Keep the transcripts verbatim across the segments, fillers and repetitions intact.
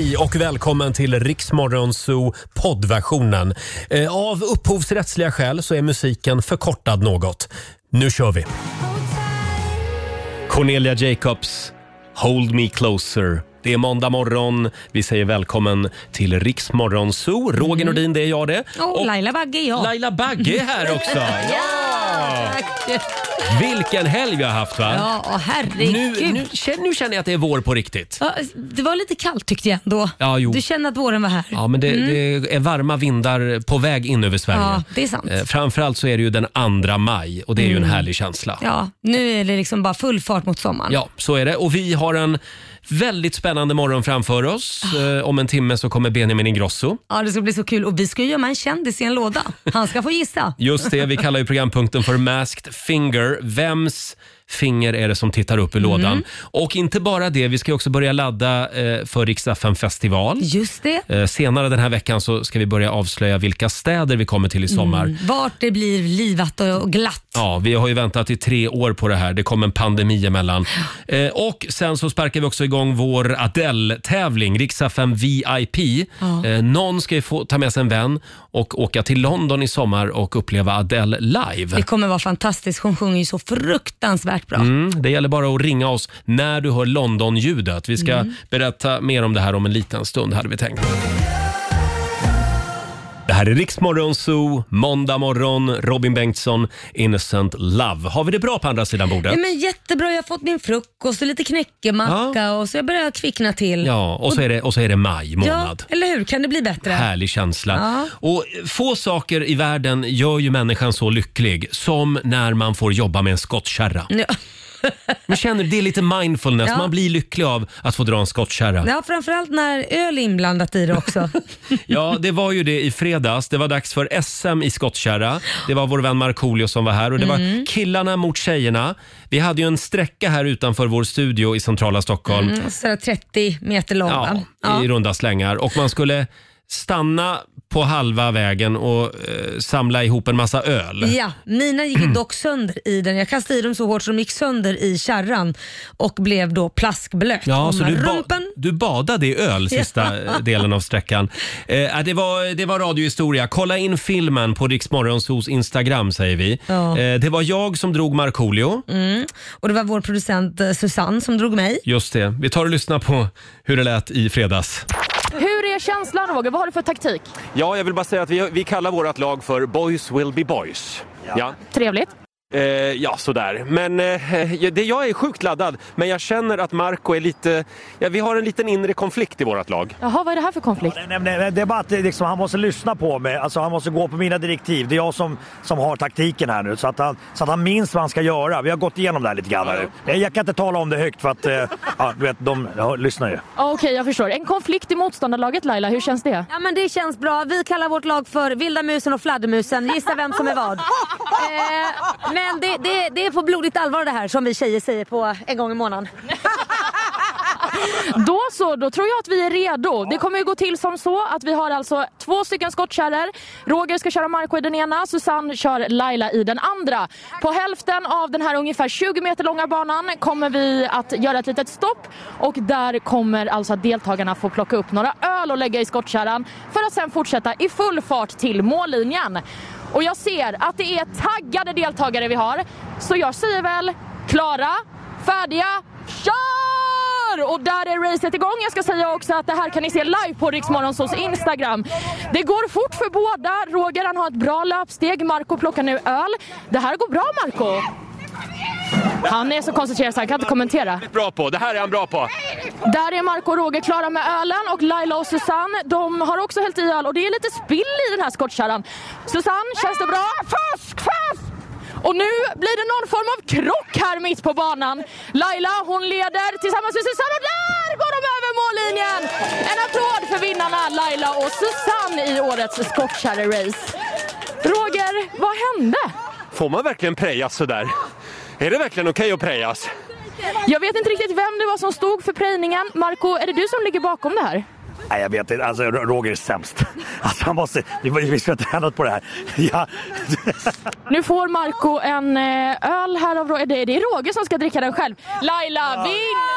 Hej och välkommen till Riksmorgon Zoo poddversionen. Eh, av upphovsrättsliga skäl så är musiken förkortad något. Nu kör vi. Cornelia Jacobs, Hold Me Closer. Det är måndag morgon. Vi säger välkommen till Riksmorgon Zoo. Roger mm. Nordin, det är jag det. Och, och Laila Bagge är jag. Laila Bagge är här också. Ja! Tack. Vilken helg vi har haft, va? Ja, åh, herregud. Nu, nu, nu känner jag att det är vår på riktigt. Ja, det var lite kallt tyckte jag ändå. Ja, jo. Du känner att våren var här. Ja, men det, mm. det är varma vindar på väg in över Sverige. Ja, det är sant. Eh, framförallt så är det ju den andra maj och det är mm. ju en härlig känsla. Ja, nu är det liksom bara full fart mot sommaren. Ja, så är det. Och vi har en väldigt spännande morgon framför oss. Eh, om en timme så kommer Benjamin Ingrosso. Ja, det ska bli så kul. Och vi ska ju göra en kändis i en låda. Han ska få gissa. Just det, vi kallar ju programpunkten för Masked Finger. Vems finger är det som tittar upp i mm. lådan? Och inte bara det, vi ska också börja ladda eh, för Rix F M festival. Just det. Eh, senare den här veckan så ska vi börja avslöja vilka städer vi kommer till i sommar. Mm. Vart det blir livat och glatt. Ja, vi har ju väntat i tre år på det här. Det kom en pandemi emellan. Eh, och sen så sparkar vi också igång vår Adele-tävling, Rix F M V I P. Ja. Eh, någon ska ju få ta med sig en vän och åka till London i sommar och uppleva Adele live. Det kommer vara fantastiskt. Hon sjunger ju så fruktansvärt bra. Mm, det gäller bara att ringa oss när du hör London-ljudet. Vi ska mm. berätta mer om det här om en liten stund, hade vi tänkt. Det här är Riksmorgon Zoo, måndag morgon, Robin Bengtsson, Innocent Love. Har vi det bra på andra sidan bordet? Ja, men jättebra, jag har fått min frukost och lite knäckemacka ja. och så jag börjar kvickna till. Ja, och så är det, och så är det maj månad. Ja, eller hur? Kan det bli bättre? Härlig känsla. Ja. Och få saker i världen gör ju människan så lycklig som när man får jobba med en skottkärra. Ja. Man känner det är lite mindfulness. Ja. Man blir lycklig av att få dra en skottkärra. Ja, framförallt när öl är inblandat i det också. Ja, det var ju det i fredags. Det var dags för S M i skottkärra. Det var vår vän Markoolio som var här och det mm. var killarna mot tjejerna. Vi hade ju en sträcka här utanför vår studio i centrala Stockholm. Mm, så trettio meter lång. Ja, ja, i runda slängar. Och man skulle stanna på halva vägen och eh, samla ihop en massa öl. Ja, mina gick dock sönder i den. Jag kastade i dem så hårt så de gick sönder i kärran och blev då plaskblöt. Ja, så du, ba- du badade i öl sista ja. delen av sträckan. Eh, det, var, det var radiohistoria. Kolla in filmen på Riksmorgonsos Instagram, säger vi. Ja. Eh, det var jag som drog Markoolio. Mm. Och det var vår producent eh, Susanne som drog mig. Just det. Vi tar och lyssnar på hur det lät i fredags. Hur är känslan, Roger? Vad har du för taktik? Ja, jag vill bara säga att vi, vi kallar vårt lag för Boys Will Be Boys. Ja. Ja. Trevligt. Eh, ja, sådär. Men eh, det, jag är sjukt laddad. Men jag känner att Marco är lite... Ja, vi har en liten inre konflikt i vårt lag. Jaha, vad är det här för konflikt? Ja, det, det, det är bara att liksom, han måste lyssna på mig. Alltså, han måste gå på mina direktiv. Det är jag som, som har taktiken här nu. Så att, han, så att han minns vad han ska göra. Vi har gått igenom det här lite grann nu. Jag, jag kan inte tala om det högt för att eh, ja, du vet, de ja, lyssnar ju. Okej, okay, jag förstår. En konflikt i motståndarlaget, Laila. Hur känns det? Ja, men det känns bra. Vi kallar vårt lag för Vilda musen och Fladdermusen. Gissa vem som är vad. eh, men det, det, det är på blodigt allvar det här som vi tjejer säger på en gång i månaden. Då så, då tror jag att vi är redo. Det kommer ju gå till som så att vi har alltså två stycken skottkärror. Roger ska köra Marco i den ena, Susanne kör Laila i den andra. På hälften av den här ungefär tjugo meter långa banan kommer vi att göra ett litet stopp. Och där kommer alltså deltagarna få plocka upp några öl och lägga i skottkärran för att sen fortsätta i full fart till mållinjen. Och jag ser att det är taggade deltagare vi har. Så jag säger väl, klara, färdiga, kör! Och där är racet igång. Jag ska säga också att det här kan ni se live på Riksmorgonsos Instagram. Det går fort för båda. Roger han har ett bra löpsteg. Marco plockar nu öl. Det här går bra, Marco. Han är så koncentrerad så han kan inte kommentera. Bra på, det här är han bra på. Där är Marco och Roger klara med ölen. Och Laila och Susanne, de har också hällt i öl. Och det är lite spill i den här skottkärran. Susanne, känns det bra? Fusk, fusk! Och nu blir det någon form av krock här mitt på banan. Laila, hon leder tillsammans med Susanne. Och där går de över mållinjen. En applåd för vinnarna Laila och Susanne i årets skottkärre-race. Roger, vad hände? Får man verkligen prejas sådär? Är det verkligen okej att prejas? Jag vet inte riktigt vem det var som stod för prejningen. Marco, är det du som ligger bakom det här? Nej, jag vet inte. Alltså, Roger är sämst. Alltså, han måste... Vi ska inte ändra på det här. Ja. Nu får Marco en öl här av Roger. Det är Roger som ska dricka den själv. Laila, vinn!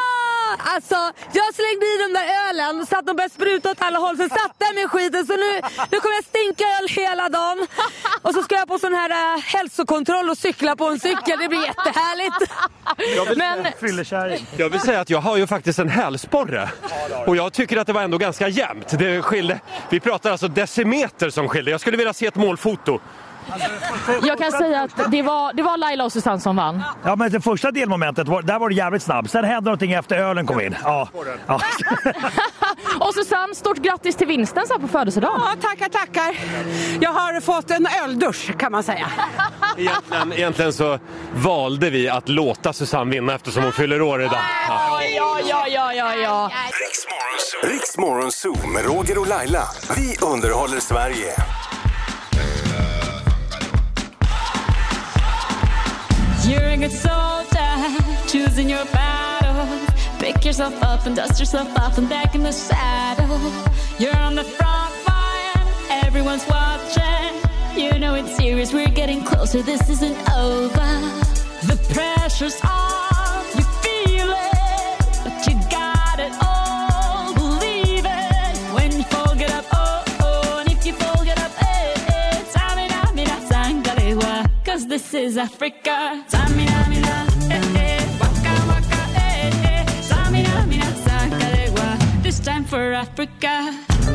alltså jag slängde i den där ölen så att de började spruta åt alla håll. Så satte jag mig i skiten. Så nu, nu kommer jag stinka öl hela dagen. Och så ska jag på sån här äh, hälsokontroll och cykla på en cykel. Det blir jättehärligt. Jag vill, Men, jag vill säga att jag har ju faktiskt en hälsporre. Och jag tycker att det var ändå ganska jämnt. Det skilde, vi pratar alltså decimeter som skilde. Jag skulle vilja se ett målfoto. Jag kan säga att det var, det var Laila och Susanne som vann. Ja, men det första delmomentet, var, där var det jävligt snabbt. Sen hände någonting efter ölen kom in. Ja. Ja. Och Susanne, stort grattis till vinsten så här på födelsedagen. Ja, tackar, tackar. Jag har fått en öldusch kan man säga. Egentligen, egentligen så valde vi att låta Susanne vinna eftersom hon fyller år idag. Ja, ja, ja, ja, ja, ja. Riksmorgon Zoo med Roger och Laila. Vi underhåller Sverige. You're a good soldier, choosing your battle. Pick yourself up and dust yourself off and back in the saddle. You're on the front line, everyone's watching. You know it's serious, we're getting closer, this isn't over. The pressure's on, you feel it, but you got it all, believe it. When you fall, get up, oh, oh, and if you fall, get up, eh, eh. Samina, mina, sangalewa, cause this is Africa. Samina, mina, eh, eh, waka, waka, eh, eh. Samina, mina, sangalewa, this time for Africa.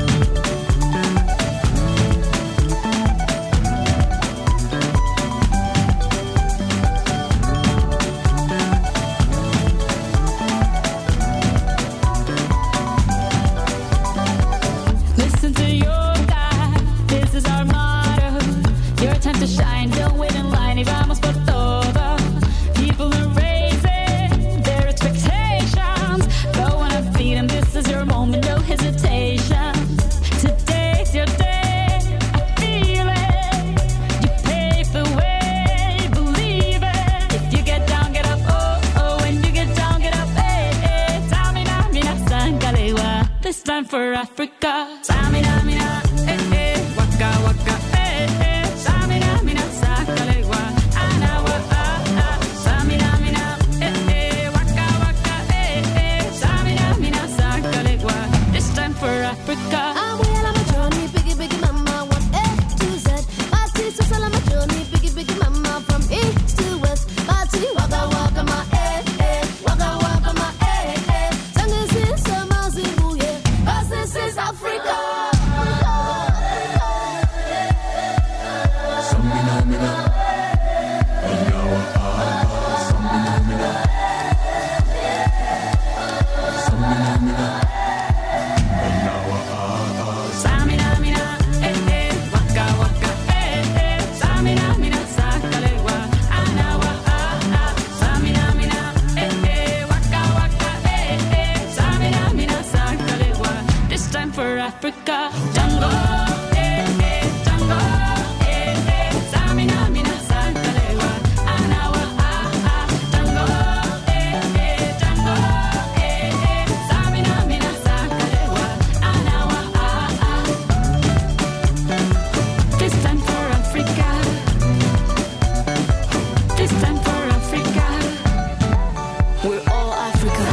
Listen to your God, this is our motto. Your time to shine, don't wait in line. Y vamos por todo. People are raising their expectations. Go on and feed them, this is your moment, no hesitation. Today's your day, I feel it. You pave the way, believe it. If you get down, get up, oh, oh. When you get down, get up, eh, eh. Samina, mina, sangalewa, this time for Africa. Samina, mina, eh, eh. Waka, waka, eh, eh. Samina, mina, sangalewa, anawa, ah, ah. Samina, mina, eh, eh. Waka, waka, eh, eh. Samina, mina, sangalewa, this time for Africa. I'm well on my journey, biggie, biggie mama, one A to Z. My sister's all on my journey, biggie, biggie mama, from east to west. My city, waka, waka, my eh, eh. Waka, waka, my eh, eh. Sangin' since the Mazibu, yeah. 'Cause this is Africa. Samina, mina, eh, eh. Waka, waka, eh, eh. Samina, mina, sangalewa, anawa, ah, ah. Samina, mina, eh, eh. Waka, waka, eh, eh. Samina, mina, sangalewa, this time for Africa. Jungle, eh, eh. Jungle, eh, eh. Samina, mina, sangalewa, anawa, ah, ah. Jungle, eh, eh. Jungle, eh, eh. Samina, mina, sangalewa, anawa, ah, ah. This time for Africa. This time for Africa. We're all Africa.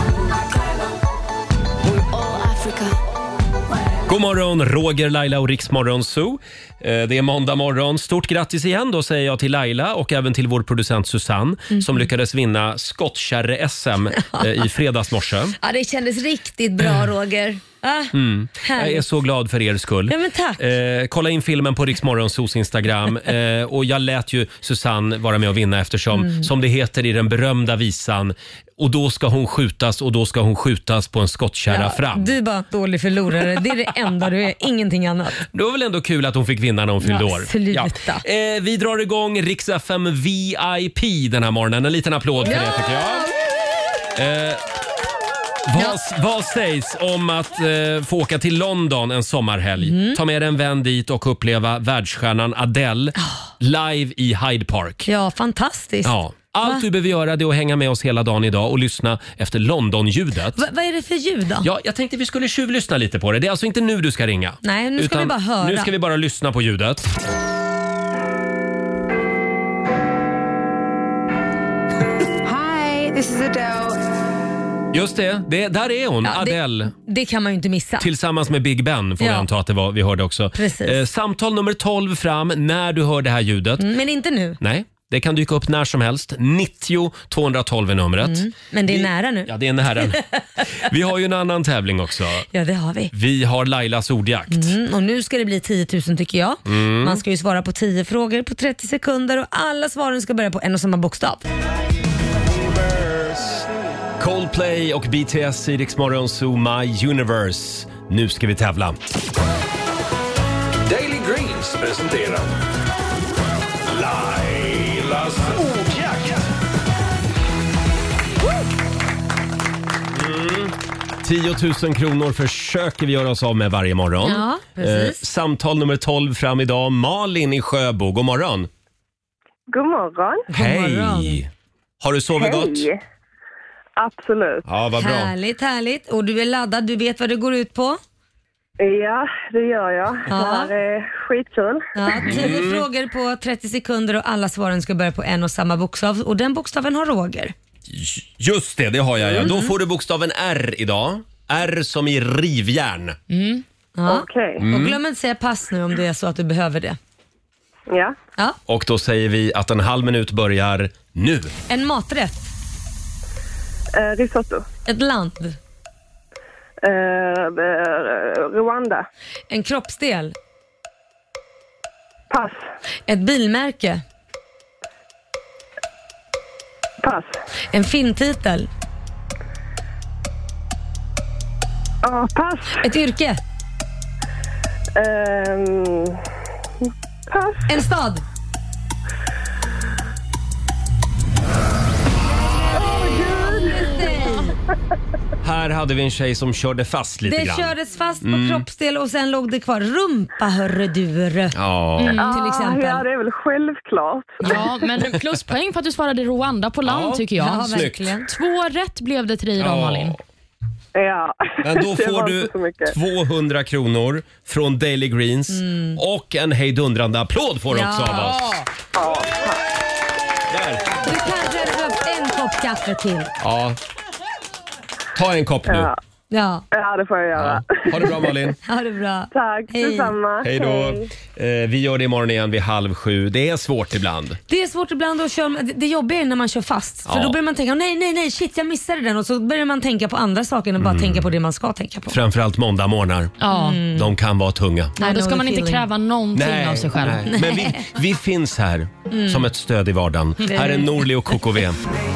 We're all Africa. God morgon, Roger, Laila och Riksmorgon Zoo. Eh, Det är måndag morgon. Stort grattis igen då säger jag till Laila och även till vår producent Susanne som lyckades vinna skottkärre-S M eh, i fredags morse. ja, det kändes riktigt bra, Roger. Ah, Jag är så glad för er skull. Ja, men tack. Eh, kolla in filmen på Riksmorgon Zoos Instagram. Eh, och jag lät ju Susanne vara med och vinna eftersom, som det heter i den berömda visan, och då ska hon skjutas och då ska hon skjutas på en skottkärra fram. Du är bara dålig förlorare. Det är det enda du är, ingenting annat. Det var väl ändå kul att hon fick vinna när hon fyllde Ja, år. sluta. Eh, vi drar igång Rix F M V I P den här morgonen. En liten applåd för det tycker jag. Eh, vad, vad sägs om att eh, få åka till London en sommarhelg? Ta med en vän dit och uppleva världsstjärnan Adele live i Hyde Park. Ja, fantastiskt. Ja. Allt Va? du behöver göra det är att hänga med oss hela dagen idag och lyssna efter London-ljudet. Va, vad är det för ljud då? Ja, jag tänkte vi skulle tjuvlyssna lite på det. Det är alltså inte nu du ska ringa. Nej, nu ska utan vi bara höra. Nu ska vi bara lyssna på ljudet. Hi, this is Adele. Just det, det där är hon, Ja, det- Adele. Det kan man ju inte missa. Tillsammans med Big Ben får Ja. vi anta att det var, vi hörde också. Precis. Eh, samtal nummer tolv fram när du hör det här ljudet. Mm, men inte nu. Nej, det kan dyka upp när som helst. nittio tvåhundratolv är numret. Mm, men det är Vi- nära nu. Ja, det är nära. Vi har ju en annan tävling också. Ja, det har vi. Vi har Lailas ordjakt. Mm, och nu ska det bli tio tusen tycker jag. Mm. Man ska ju svara på tio frågor på trettio sekunder och alla svaren ska börja på en och samma bokstav. Coldplay och B T S i Rix Morgon Zoo My Universe. Nu ska vi tävla. Daily Greens presenterar Lailas ordjakt. Mm. tio tusen kronor försöker vi göra oss av med varje morgon. Ja, precis. samtal nummer tolv fram idag. Malin i Sjöbo, god morgon. God morgon. Hej! Har du sovit gott? Hej. Absolut. Ja, vad bra. Härligt, härligt. Och du är laddad, du vet vad det går ut på? Ja, det gör jag. Ja. Det här är skitkul. Ja, tio Mm. frågor på trettio sekunder och alla svaren ska börja på en och samma bokstav. Och den bokstaven har Roger. Just det, det har jag. Ja. Mm. Då får du bokstaven R idag. R som i rivjärn. Mm. Ja. Okej. Mm. Och glöm inte säga pass nu om det är så att du behöver det. Ja. Ja. Och då säger vi att en halv minut börjar nu. En maträtt. Eh, risotto. Ett land. Eh, eh, Rwanda. En kroppsdel. Pass. Ett bilmärke. Pass. En filmtitel. Ja, pass. Ett yrke. Ehm, pass. En stad. Här hade vi en tjej som körde fast lite Det grann. kördes fast på Mm. kroppsdel och sen låg det kvar rumpa hörre du. Ja. Mm, Ah, till exempel. ja, det är väl självklart. Ja, men pluspoäng för att du svarade Rwanda på land Ja. tycker jag. Ja, Snyggt. verkligen. Två rätt blev det till dig idag, Ja. Malin. Ja. Men då Det får var du inte så mycket. tvåhundra kronor från Daily Greens och en hejdundrande applåd får du också Ja. av oss. Ja. Där. Du kanske hade behövt en kopp kaffe till. Ja. Ta en kopp nu. Ja. Ja, ja, det får jag göra. Ja. Ha det bra Malin. ha det bra. Tack, Hej. detsamma. Hej då. Eh, vi gör det imorgon igen vid halv sju. Det är svårt ibland. Det är svårt ibland att köra, det- det jobbiga är när man kör fast. För Ja. då börjar man tänka, nej nej nej shit jag missade den och så börjar man tänka på andra saker än bara tänka på det man ska tänka på. Framförallt måndagmorgnar. Ja. De kan vara tunga. Nej, då I know ska the man inte feeling. kräva någonting av sig själv. nej. Men vi, vi finns här som ett stöd i vardagen. Här är Norli och K K V.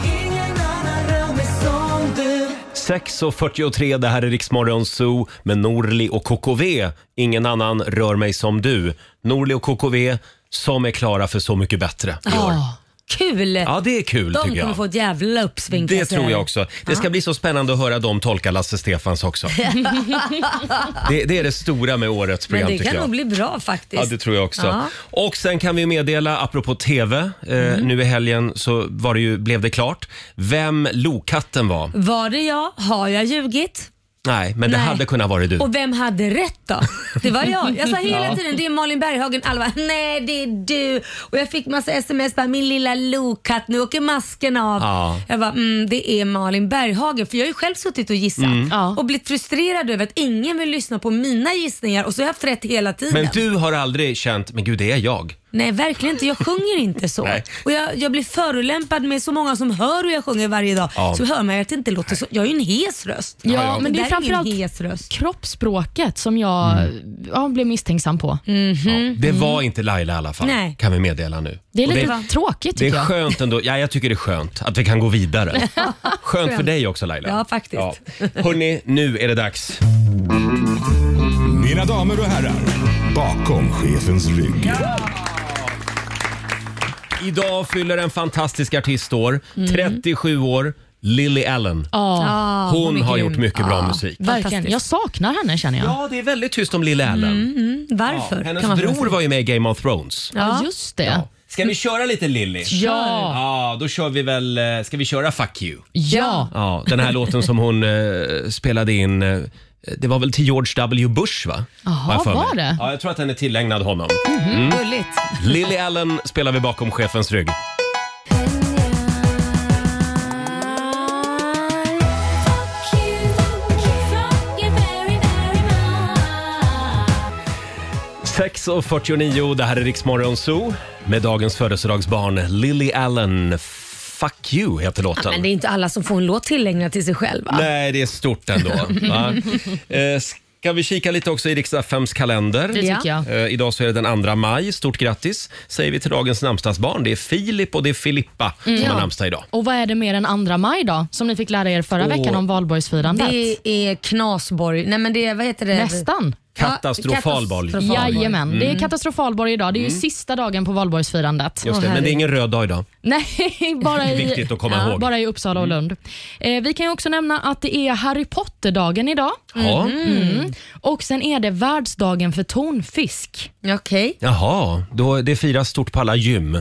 sex och fyrtiotre, det här är Rix Morgon Zoo med Norli och K K V. Ingen annan rör mig som du. Norli och K K V som är klara för Så mycket bättre i år. Ja, kul! Ja, det är kul De tycker kommer jag. få ett jävla uppsving. kan Det säga tror jag dig. också. Det ska bli så spännande att höra dem tolka Lasse Stefans också. det, det är det stora med årets program Men det tycker kan jag. nog bli bra faktiskt. Ja, det tror jag också. Ja. Och sen kan vi meddela, apropå T V, eh, nu i helgen så var det ju, blev det klart vem Lokatten var. Var det jag? Har jag ljugit? Nej, men det Nej. hade kunnat vara du. Och vem hade rätt då? Det var jag. Jag sa hela Ja. tiden det är Malin Berghagen. Alla bara, nej det är du. Och jag fick massa sms bara, min lilla lokatt, nu åker masken av. Ja. Jag bara, mm, det är Malin Berghagen. För jag har ju själv suttit och gissat. Mm. Ja. Och blivit frustrerad över att ingen vill lyssna på mina gissningar. Och så har jag haft rätt hela tiden. Men du har aldrig känt, men gud det är jag. Nej verkligen inte, jag sjunger inte så. Nej. Och jag, jag blir förolämpad med så många som hör hur jag sjunger varje dag. Ja. Så hör man ju att det inte låter så. Jag är ju en hes röst. Ja, ja. men det är där ingen framförallt hes röst. kroppsspråket som jag ja, blev misstänksam på. Mhm. Det var inte Laila i alla fall, Nej. kan vi meddela nu. Det är Och lite det, tråkigt det tycker är jag. skönt ändå, ja jag tycker det är skönt att vi kan gå vidare. Skönt för dig också Laila. Ja, faktiskt. Hörrni, nu är det dags. Mina damer och herrar, bakom chefens rygg. Idag fyller en fantastisk artist år, trettiosju år, Lily Allen. Ja, Hon är har grym. gjort mycket bra Ja. musik. verkligen. fantastiskt. Jag saknar henne känner jag. Ja, det är väldigt tyst om Lily Allen. Mm, varför? Ja, hennes kan man fråga bror sig. var ju med i Game of Thrones. Ja, just det. Ja. Ska vi köra lite Lily? Ja. Ja, då kör vi väl, eh, ska vi köra Fuck You? Ja. Ja, den här låten som hon eh, spelade in, eh, det var väl till George W. Bush va? Jaha, Har jag för mig. var det? Ja, jag tror att den är tillägnad honom. Gulligt. Lily Allen spelar vi bakom chefens rygg. sex och fyrtionio, det här är Rix Morgon Zoo med dagens födelsedagsbarn Lily Allen. Fuck you heter låten. Ja, men det är inte alla som får en låt tillägnad till sig själv, va? Nej, det är stort ändå. Va? Eh, ska vi kika lite också i Rix F M:s kalender? Det tycker jag. Eh, idag så är det den andra maj. Stort grattis säger vi till dagens namnsdagsbarn. Det är Filip och det är Filippa Mm. som Ja. har namnsdag idag. Och vad är det mer än andra maj då? Som ni fick lära er förra Åh. veckan om valborgsfirandet. Det är Knasborg. Nej, men det är, vad heter det? Nästan. Katastrofalborg. Jajamän, det är Mm. katastrofalborg idag. Det är ju sista dagen på valborgsfirandet. Just det, men det är ingen röd dag idag. Nej, bara i, Viktigt att komma ja, ihåg. bara i Uppsala och Lund. Eh, vi kan ju också nämna att det är Harry Potter-dagen idag. Ja. Mm. Och sen är det världsdagen för tonfisk. Okej. Jaha, då det firas stort på alla gym.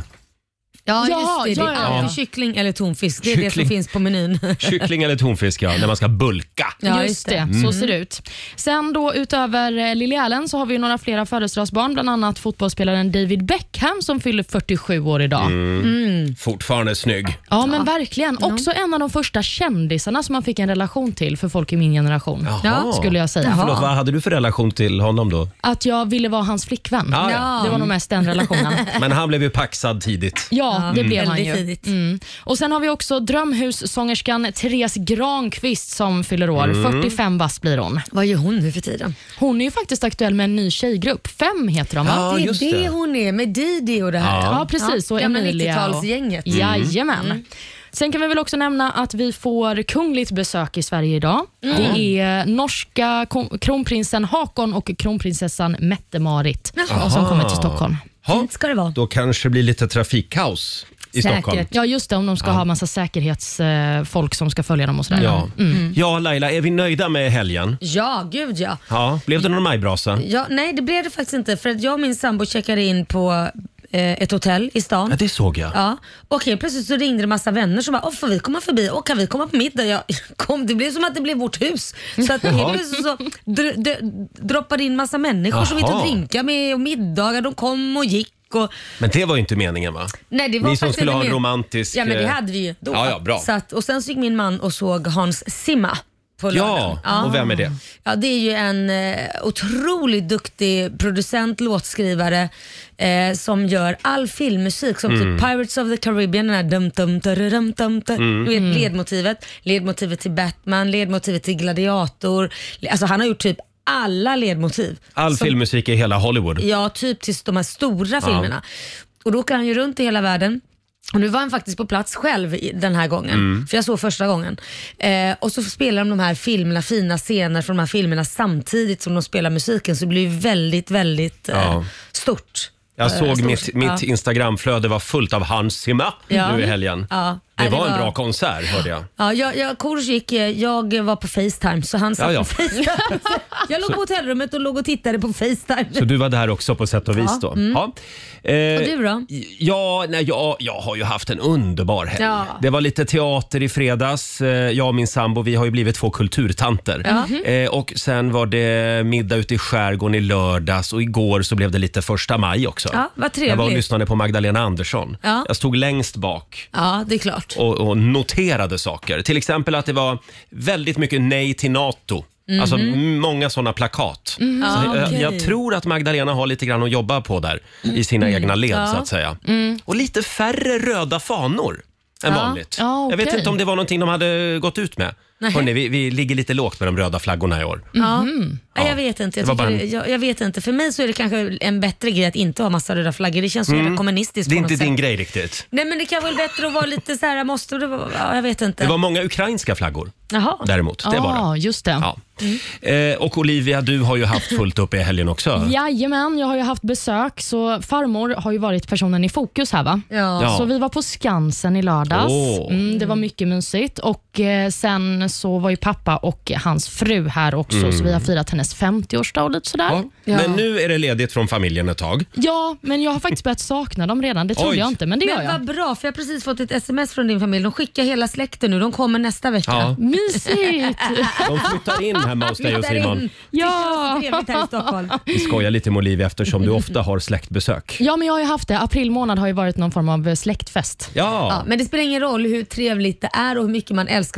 Ja, Ja, just det. Det ja, är ja. alltid kyckling eller tonfisk. Det är det Kyckling. som finns på menyn. Kyckling eller tonfisk, ja, när man ska bulka. Ja, Just det, så ser det ut. Sen då utöver eh, Lily Allen så har vi ju några flera födelsedagsbarn, bland annat fotbollsspelaren David Beckham som fyller fyrtiosju år idag. Mm. Fortfarande snygg. Ja, men verkligen. Också en av de första kändisarna som man fick en relation till för folk i min generation. Jaha. Skulle jag säga. Förlåt, vad hade du för relation till honom då? Att jag ville vara hans flickvän. Ja, ja. Det var nog mest den relationen. Men han blev ju paxad tidigt. Ja, det blev han ju. Tidigt. Mm. Och sen har vi också drömhussångerskan Therese Granqvist som fyller år. Mm. fyrtiofem bast blir hon. Vad gör hon nu för tiden? Hon är ju faktiskt aktuell med en ny tjejgrupp. Fem heter de, va? Ja, det är just det. det. hon är med Didi och det här. Ja, precis. Och gamla Emilia. Och... nittiotalsgänget. Jajamän. Sen kan vi väl också nämna att vi får kungligt besök i Sverige idag. Det är norska kon- kronprinsen Hakon och kronprinsessan Mette-Marit som kommer till Stockholm. Ja, Fint ska det vara. då kanske det blir lite trafikkaos i Säkert. Stockholm. Ja, just det. Om de ska ha massa säkerhetsfolk som ska följa dem och sådär. Ja. ja, Laila, är vi nöjda med helgen? Ja, gud ja. Ja, blev det någon majbrasa? ja. Nej, det blev det faktiskt inte. För att jag och min sambo checkade in på eh, ett hotell i stan. Ja, det såg jag. Ja, och helt plötsligt så ringde det massa vänner som bara, åh, får vi komma förbi? Och kan vi komma på middag? Ja, kom, det blev som att det blev vårt hus. Så att helt plötsligt så dr- dr- droppade in massa människor som vi Jaha. tog drinka med och middagar. De kom och gick. Och, Men det var ju inte meningen, va? nej, det var Ni som faktiskt skulle inte ha en men- romantisk... Ja, men det eh, hade vi ju då. Ja, ja, bra. Så att, och sen så gick min man och såg Hans Zimmer på lördagen. Ja, och vem är det? Ja, det är ju en eh, otroligt duktig producent, låtskrivare eh, som gör all filmmusik som Mm. typ Pirates of the Caribbean, den här dum dum dum dum dum. Mm. Du vet ledmotivet, ledmotivet till Batman, ledmotivet till Gladiator. Alltså han har gjort typ alla ledmotiv. All Som- filmmusik i hela Hollywood. Ja, typ till de här stora filmerna. Och då åker han ju runt i hela världen. Och nu var han faktiskt på plats själv i- den här gången. Mm. För jag såg första gången. Eh, och så spelar de de här filmerna, fina scener från de här filmerna samtidigt som de spelar musiken. Så det blir ju väldigt, väldigt eh, Ja. stort. Jag Eh, såg stort. mitt, Ja. mitt Instagramflöde var fullt av Hans Zimmer Ja. nu i helgen. Ja. Det Nej, var en bra konsert, hörde jag. Ja, jag, jag, Korosh gick, eh, jag var på FaceTime så han satt Ja, ja. på FaceTime. Jag låg på hotellrummet och låg och tittade på FaceTime. Så du var där också på sätt och vis Ja. då? Mm. Ja. Eh, Och du då? Ja, nej, jag, jag har ju haft en underbar helg. Ja. Det var lite teater i fredags. Eh, Jag och min sambo, vi har ju blivit två kulturtanter. Ja. Eh, och sen var det middag ute i skärgården i lördags och igår så blev det lite första maj också. Ja, vad trevligt. Jag var och lyssnade på Magdalena Andersson. Ja. Jag stod längst bak Ja, det är klart. och, och noterade saker. Till exempel att det var väldigt mycket nej till NATO. Alltså m- många sådana plakat. Mhm. Så Ah, jag, okej. jag tror att Magdalena har lite grann att jobba på där i sina egna led Ja. så att säga. Och lite färre röda fanor än Ja. vanligt. Ja, Jag vet okej. inte om det var någonting de hade gått ut med. Nej. Hörrni, vi, vi ligger lite lågt med de röda flaggorna i år. Ja. Ja, jag vet inte. Jag, Det var tycker, bara en- jag, jag vet inte. För mig så är det kanske en bättre grej att inte ha massa röda flaggor. Det känns så jävla kommunistiskt Det är på något inte din sätt. grej riktigt. Nej, men det kan väl bättre att vara lite så här, måste det vara, ja, jag vet inte. Det var många ukrainska flaggor Jaha. däremot. Det var Ja, det. just det. Ja. Eh, och Olivia, du har ju haft fullt upp i helgen också. Jajamän, jag har ju haft besök, så farmor har ju varit personen i fokus här, va? Ja. Ja. Så vi var på Skansen i lördags. Åh. Mm, det var mycket mysigt. Och eh, sen så var ju pappa och hans fru här också, så vi har firat hennes femtioårsdag och lite sådär. Ja. Ja. Men nu är det ledigt från familjen ett tag. Ja, men jag har faktiskt börjat sakna dem redan. Det trodde Oj. jag inte, men det gör Men jag. vad bra, för jag har precis fått ett sms från din familj. De skickar hela släkten nu. De kommer nästa vecka. Ja. Mysigt! De flyttar in hemma hos dig och Flyttar Simon. in. Ja. Tycker det var så trevligt här i Stockholm. Vi skojar lite med Olivia eftersom du ofta har släktbesök. Ja, men jag har ju haft det. April månad har ju varit någon form av släktfest. Ja, Ja, men det spelar ingen roll hur trevligt det är och hur mycket man älskar dem.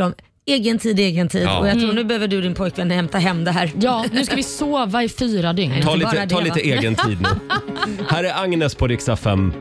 egen tid, egen tid. Ja. Och jag tror Mm. nu behöver du din pojkvän hämta hem det här. Ja, nu ska vi sova i fyra dygn. Ta Inte bara lite, ta det, lite va? egen tid nu. Här är Agnes på Rix F M.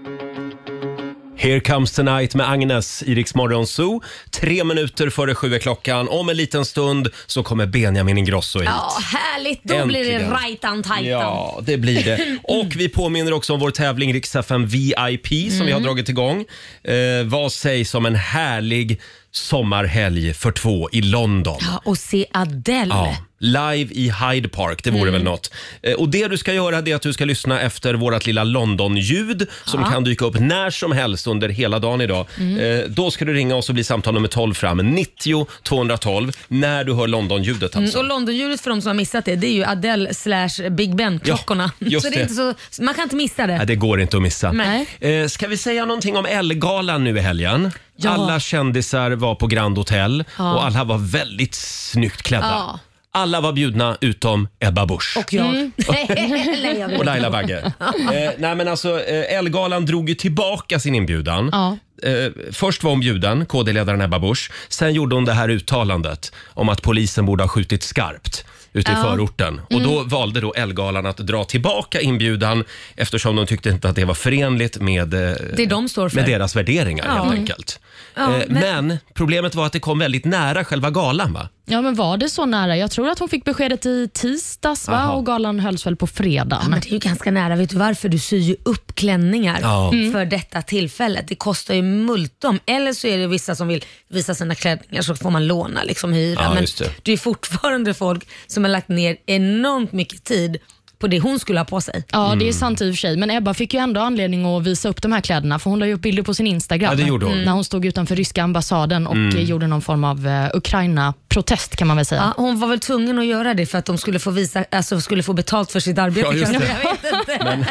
Here comes the night med Agnes i Rix Morgon Zoo. Tre minuter före sju är klockan. Om en liten stund så kommer Benjamin Ingrosso hit. Ja, härligt. Då blir det Äntligen. rajtan tajtan. Ja, det blir det. Och vi påminner också om vår tävling Rix F M V I P som vi har dragit igång. Eh, vad sägs om en härlig sommarhelg för två i London? Ja, och se Adele. Ja, live i Hyde Park, det vore väl något. Eh, Och det du ska göra det är att du ska lyssna efter vårat lilla London-ljud som Ja. kan dyka upp när som helst under hela dagen idag. Eh, då ska du ringa oss och bli samtal nummer tolv fram, nittio tvåhundratolv, när du hör London-ljudet alltså. Mm, och Londonljudet för de som har missat det, det är ju Adele slash Big Ben-klockorna. Ja, just så det är det. inte så, man kan inte missa det. Nej, det går inte att missa. Nej. Eh, ska vi säga någonting om Elle-galan nu i helgen? Ja. Alla kändisar var på Grand Hotel Ja. och alla var väldigt snyggt klädda. Ja. Alla var bjudna utom Ebba Busch. Och jag. Mm. Nej, jag vet Och Laila inte. Bagge. eh, nej men alltså, eh, Elle-galan drog ju tillbaka sin inbjudan. Ja. Eh, först var hon bjuden, K D-ledaren Ebba Busch. Sen gjorde hon det här uttalandet om att polisen borde ha skjutit skarpt ute i Ja. förorten. Och då valde då Elle-galan att dra tillbaka inbjudan eftersom de tyckte inte att det var förenligt med, eh, Det de står för. med deras värderingar Ja. helt enkelt. Ja, eh, men- men... problemet var att det kom väldigt nära själva galan, va? Ja, men var det så nära? Jag tror att hon fick beskedet i tisdags, va? Aha. Och galan hölls väl på fredag. Ja, men det är ju ganska nära. Vet du varför? Du syr ju upp klänningar Ja. Mm. för detta tillfället. Det kostar ju multum. Eller så är det vissa som vill visa sina klänningar så får man låna, liksom hyra. Ja, men just det. det är fortfarande folk som har lagt ner enormt mycket tid på det hon skulle ha på sig. Ja, Mm. det är sant i och för sig. Men Ebba fick ju ändå anledning att visa upp de här kläderna, för hon la ju upp bilder på sin Instagram. Ja, det gjorde hon. När hon stod utanför ryska ambassaden och Mm. eh, gjorde någon form av eh, Ukraina-protest kan man väl säga. Ja, hon var väl tvungen att göra det för att de skulle få, visa, alltså, skulle få betalt för sitt arbete. Ja, just kanske. det. Jag vet inte. Men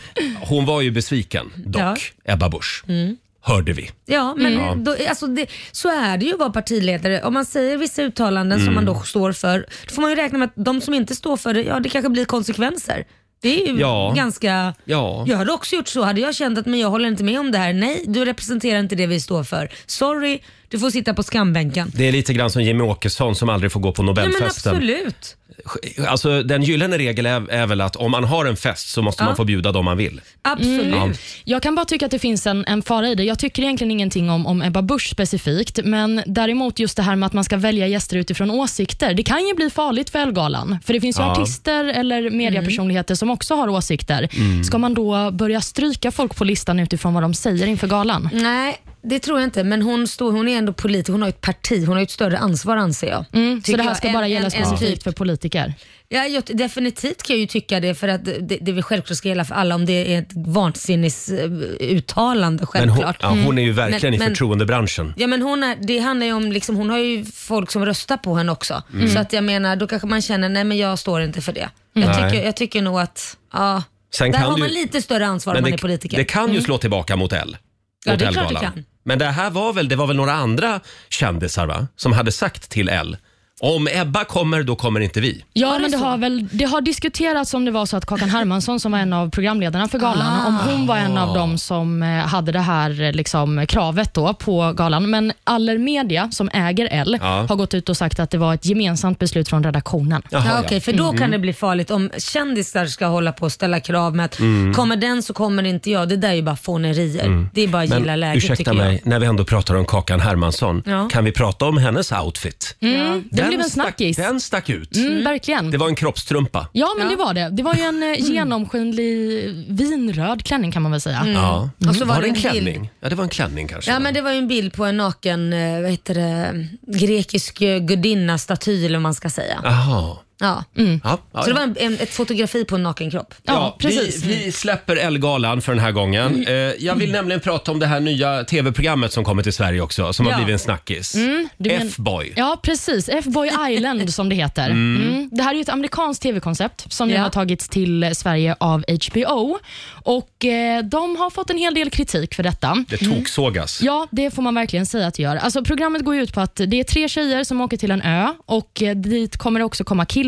hon var ju besviken dock, Ebba Busch. Hörde vi. Ja, men Mm. Då, alltså det, så är det ju att vara partiledare. Om man säger vissa uttalanden som man då står för, då får man ju räkna med att de som inte står för det, ja det kanske blir konsekvenser. Det är ju Ja. ganska... Ja. Jag hade också gjort så. Hade jag känt att men jag håller inte med om det här. Nej, du representerar inte det vi står för. Sorry, du får sitta på skambänken. Det är lite grann som Jimmy Åkesson som aldrig får gå på Ja, men Nobelfesten. absolut. Alltså, den gyllene regel är, är väl att om man har en fest så måste Ja. man få bjuda dem man vill. Absolut. Ja. Jag kan bara tycka att det finns en, en fara i det. Jag tycker egentligen ingenting om, om Ebba Busch specifikt, men däremot just det här med att man ska välja gäster utifrån åsikter. Det kan ju bli farligt för Elle-galan, för det finns ju Ja. artister eller mediepersonligheter som också har åsikter. Mm. Ska man då börja stryka folk på listan utifrån vad de säger inför galan? Nej, det tror jag inte. Men hon, står, hon är ändå politiker. Hon har ett parti. Hon har ett större ansvar anser jag. Mm, så Tycker det här jag. ska En- bara gälla en- en specifikt typ- för politiker? Ja, jag, definitivt kan jag ju tycka det för att det, det är väl självklart ska gälla för alla om det är ett vansinnis eh, uttalande Men hon, självklart. ja, hon är ju verkligen Men- i men- förtroendebranschen. Ja men hon är, det handlar ju om, liksom, hon har ju folk som röstar på henne också. Mm. Så att jag menar, då kanske man känner, nej men jag står inte för det. Jag, Nej. tycker, jag tycker nog att, ja, Sen där kan har du- man lite större ansvar om Men man det, är politiker. det kan ju Mm. slå tillbaka mot Elle. Ja, mot det är klart det Elle-galan. kan. Men det här var väl, det var väl några andra kändisar va? Som hade sagt till Elle, om Ebba kommer då kommer inte vi. Ja, Var det men det så? har, väl, det har diskuterats om det var så att Kakan Hermansson som var en av programledarna för galan, Ah. om hon var en av dem som eh, hade det här eh, liksom, kravet då på galan. Men Aller Media, som äger Elle, Ja. har gått ut och sagt att det var ett gemensamt beslut från redaktionen. Jaha, Ja, ja. okej, för då Mm. kan det bli farligt om kändisar ska hålla på och ställa krav med att Mm. kommer den så kommer inte jag. Det där är ju bara fånerier. Det är bara att gilla Men läget ursäkta tycker mig, jag. när vi ändå pratar om Kakan Hermansson, Ja. kan vi prata om hennes outfit? Mm, det blev en stack, snackis. den stack ut. Mm, verkligen. Det var en kroppstrumpa. Ja, men Ja. det var det. Det var ju en eh, genomskinlig vinröd klänning kan man väl säga. Ja. Och så var var det det en en bild. klänning? Ja, det var en klänning kanske. Ja men det var ju en bild på en naken, eh, vad heter det, grekisk eh, gudinna-staty eller vad man ska säga. Jaha. Ja. Ja, ja, Så det ja. var en, en, ett fotografi på en naken kropp. Ja, precis. Vi, vi släpper Elle-galan för den här gången. Eh, jag vill nämligen prata om det här nya tv-programmet som kommer till Sverige också, som Ja. har blivit en snackis. Mm, du men- F-boy. Ja, precis. F-boy Island som det heter. Mm. Det här är ju ett amerikanskt tv-koncept som nu Ja. har tagits till Sverige av H B O. Och eh, de har fått en hel del kritik för detta. Det toksågas. Ja, det får man verkligen säga att det gör. Alltså, programmet går ut på att det är tre tjejer som åker till en ö och eh, dit kommer det också komma killar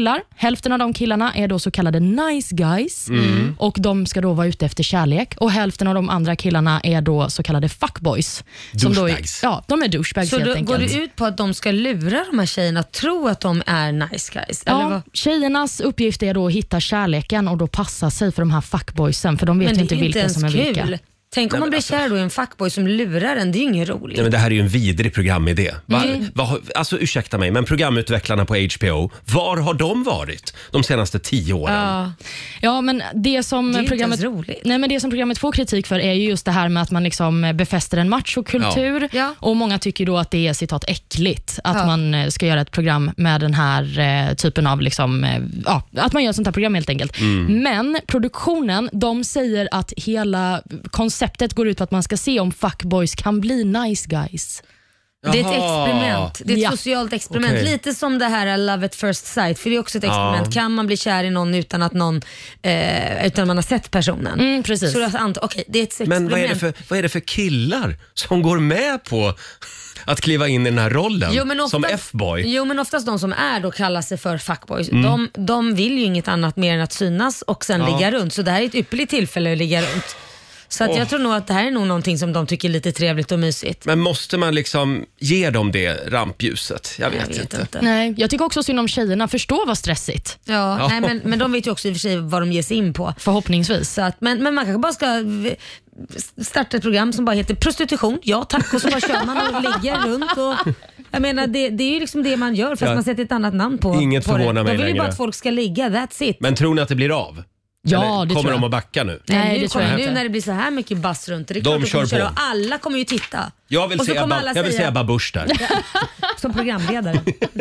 killar. Hälften av de killarna är då så kallade nice guys. Mm. Och de ska då vara ute efter kärlek. Och hälften av de andra killarna är då så kallade fuckboys. Som då är, Douchebags. ja, de är douchebags Så helt då, enkelt. går det ut på att de ska lura de här tjejerna att tro att de är nice guys? Eller Ja, vad? tjejernas uppgift är då att hitta kärleken och då passa sig för de här fuckboysen, för de vet Men ju det inte är inte vilka ens som är kul. vilka. Tänk om Nej, man men blir alltså- kär då i en fuckboy som lurar en. Det är ju inget roligt. Nej, men det här är ju en vidrig programidé. Va, Mm. va, alltså ursäkta mig, men programutvecklarna på H B O, var har de varit de senaste tio åren? Ja. Ja, men det som Det är ju inte programmet, ens roligt. nej, men det som programmet får kritik för är ju just det här med att man liksom befäster en machokultur. Ja. Och många tycker då att det är citat äckligt att Ja. man eh, ska göra ett program med den här eh, typen av liksom, eh, ja, att man gör ett sånt här program helt enkelt. Mm. Men produktionen, de säger att hela konceptet går ut på att man ska se om fuckboys kan bli nice guys. Det är ett Jaha. experiment. Det är ett Ja. socialt experiment. Okej. Lite som det här Love at first sight. För det är också ett Ja. experiment. Kan man bli kär i någon utan att någon eh, utan man har sett personen? Mm, precis. Så det, ant- okej, det är ett experiment. Men vad är, det för, vad är det för killar som går med på att kliva in i den här rollen Jo, men som oftast- F-boy? Jo, men oftast de som är då kallar sig för fuckboys. Mm. De, de vill ju inget annat mer än att synas och sen Ja. ligga runt. Så det här är ett ypperligt tillfälle att ligga runt. Så att Åh. jag tror nog att det här är nog någonting som de tycker är lite trevligt och mysigt. Men måste man liksom ge dem det rampljuset? Jag vet, Jag vet inte. inte. Nej, jag tycker också synd om tjejerna. Förstå vad stressigt. Ja, Ja. Nej, men, men de vet ju också i och för sig vad de ger sig in på. Förhoppningsvis. Så att, men, men man kanske bara ska v- starta ett program som bara heter prostitution. Ja tack, och så bara kör man och ligger runt. Och, jag menar, det, det är ju liksom det man gör fast Ja. man sätter ett annat namn på, Inget på det. förvånar mig De vill ju längre. bara att folk ska ligga, that's it. Men tror ni att det blir av? Ja, Eller det kommer tror jag. de att backa nu? Nej, Nej, nu, det tror kommer- jag nu inte. när det blir så här mycket bass runt det, det är De klart att kör kommer köra på. och alla kommer ju titta. Jag vill, Och så se kommer Ebba, alla jag vill se säga- Ebba Busch där. Som programledare.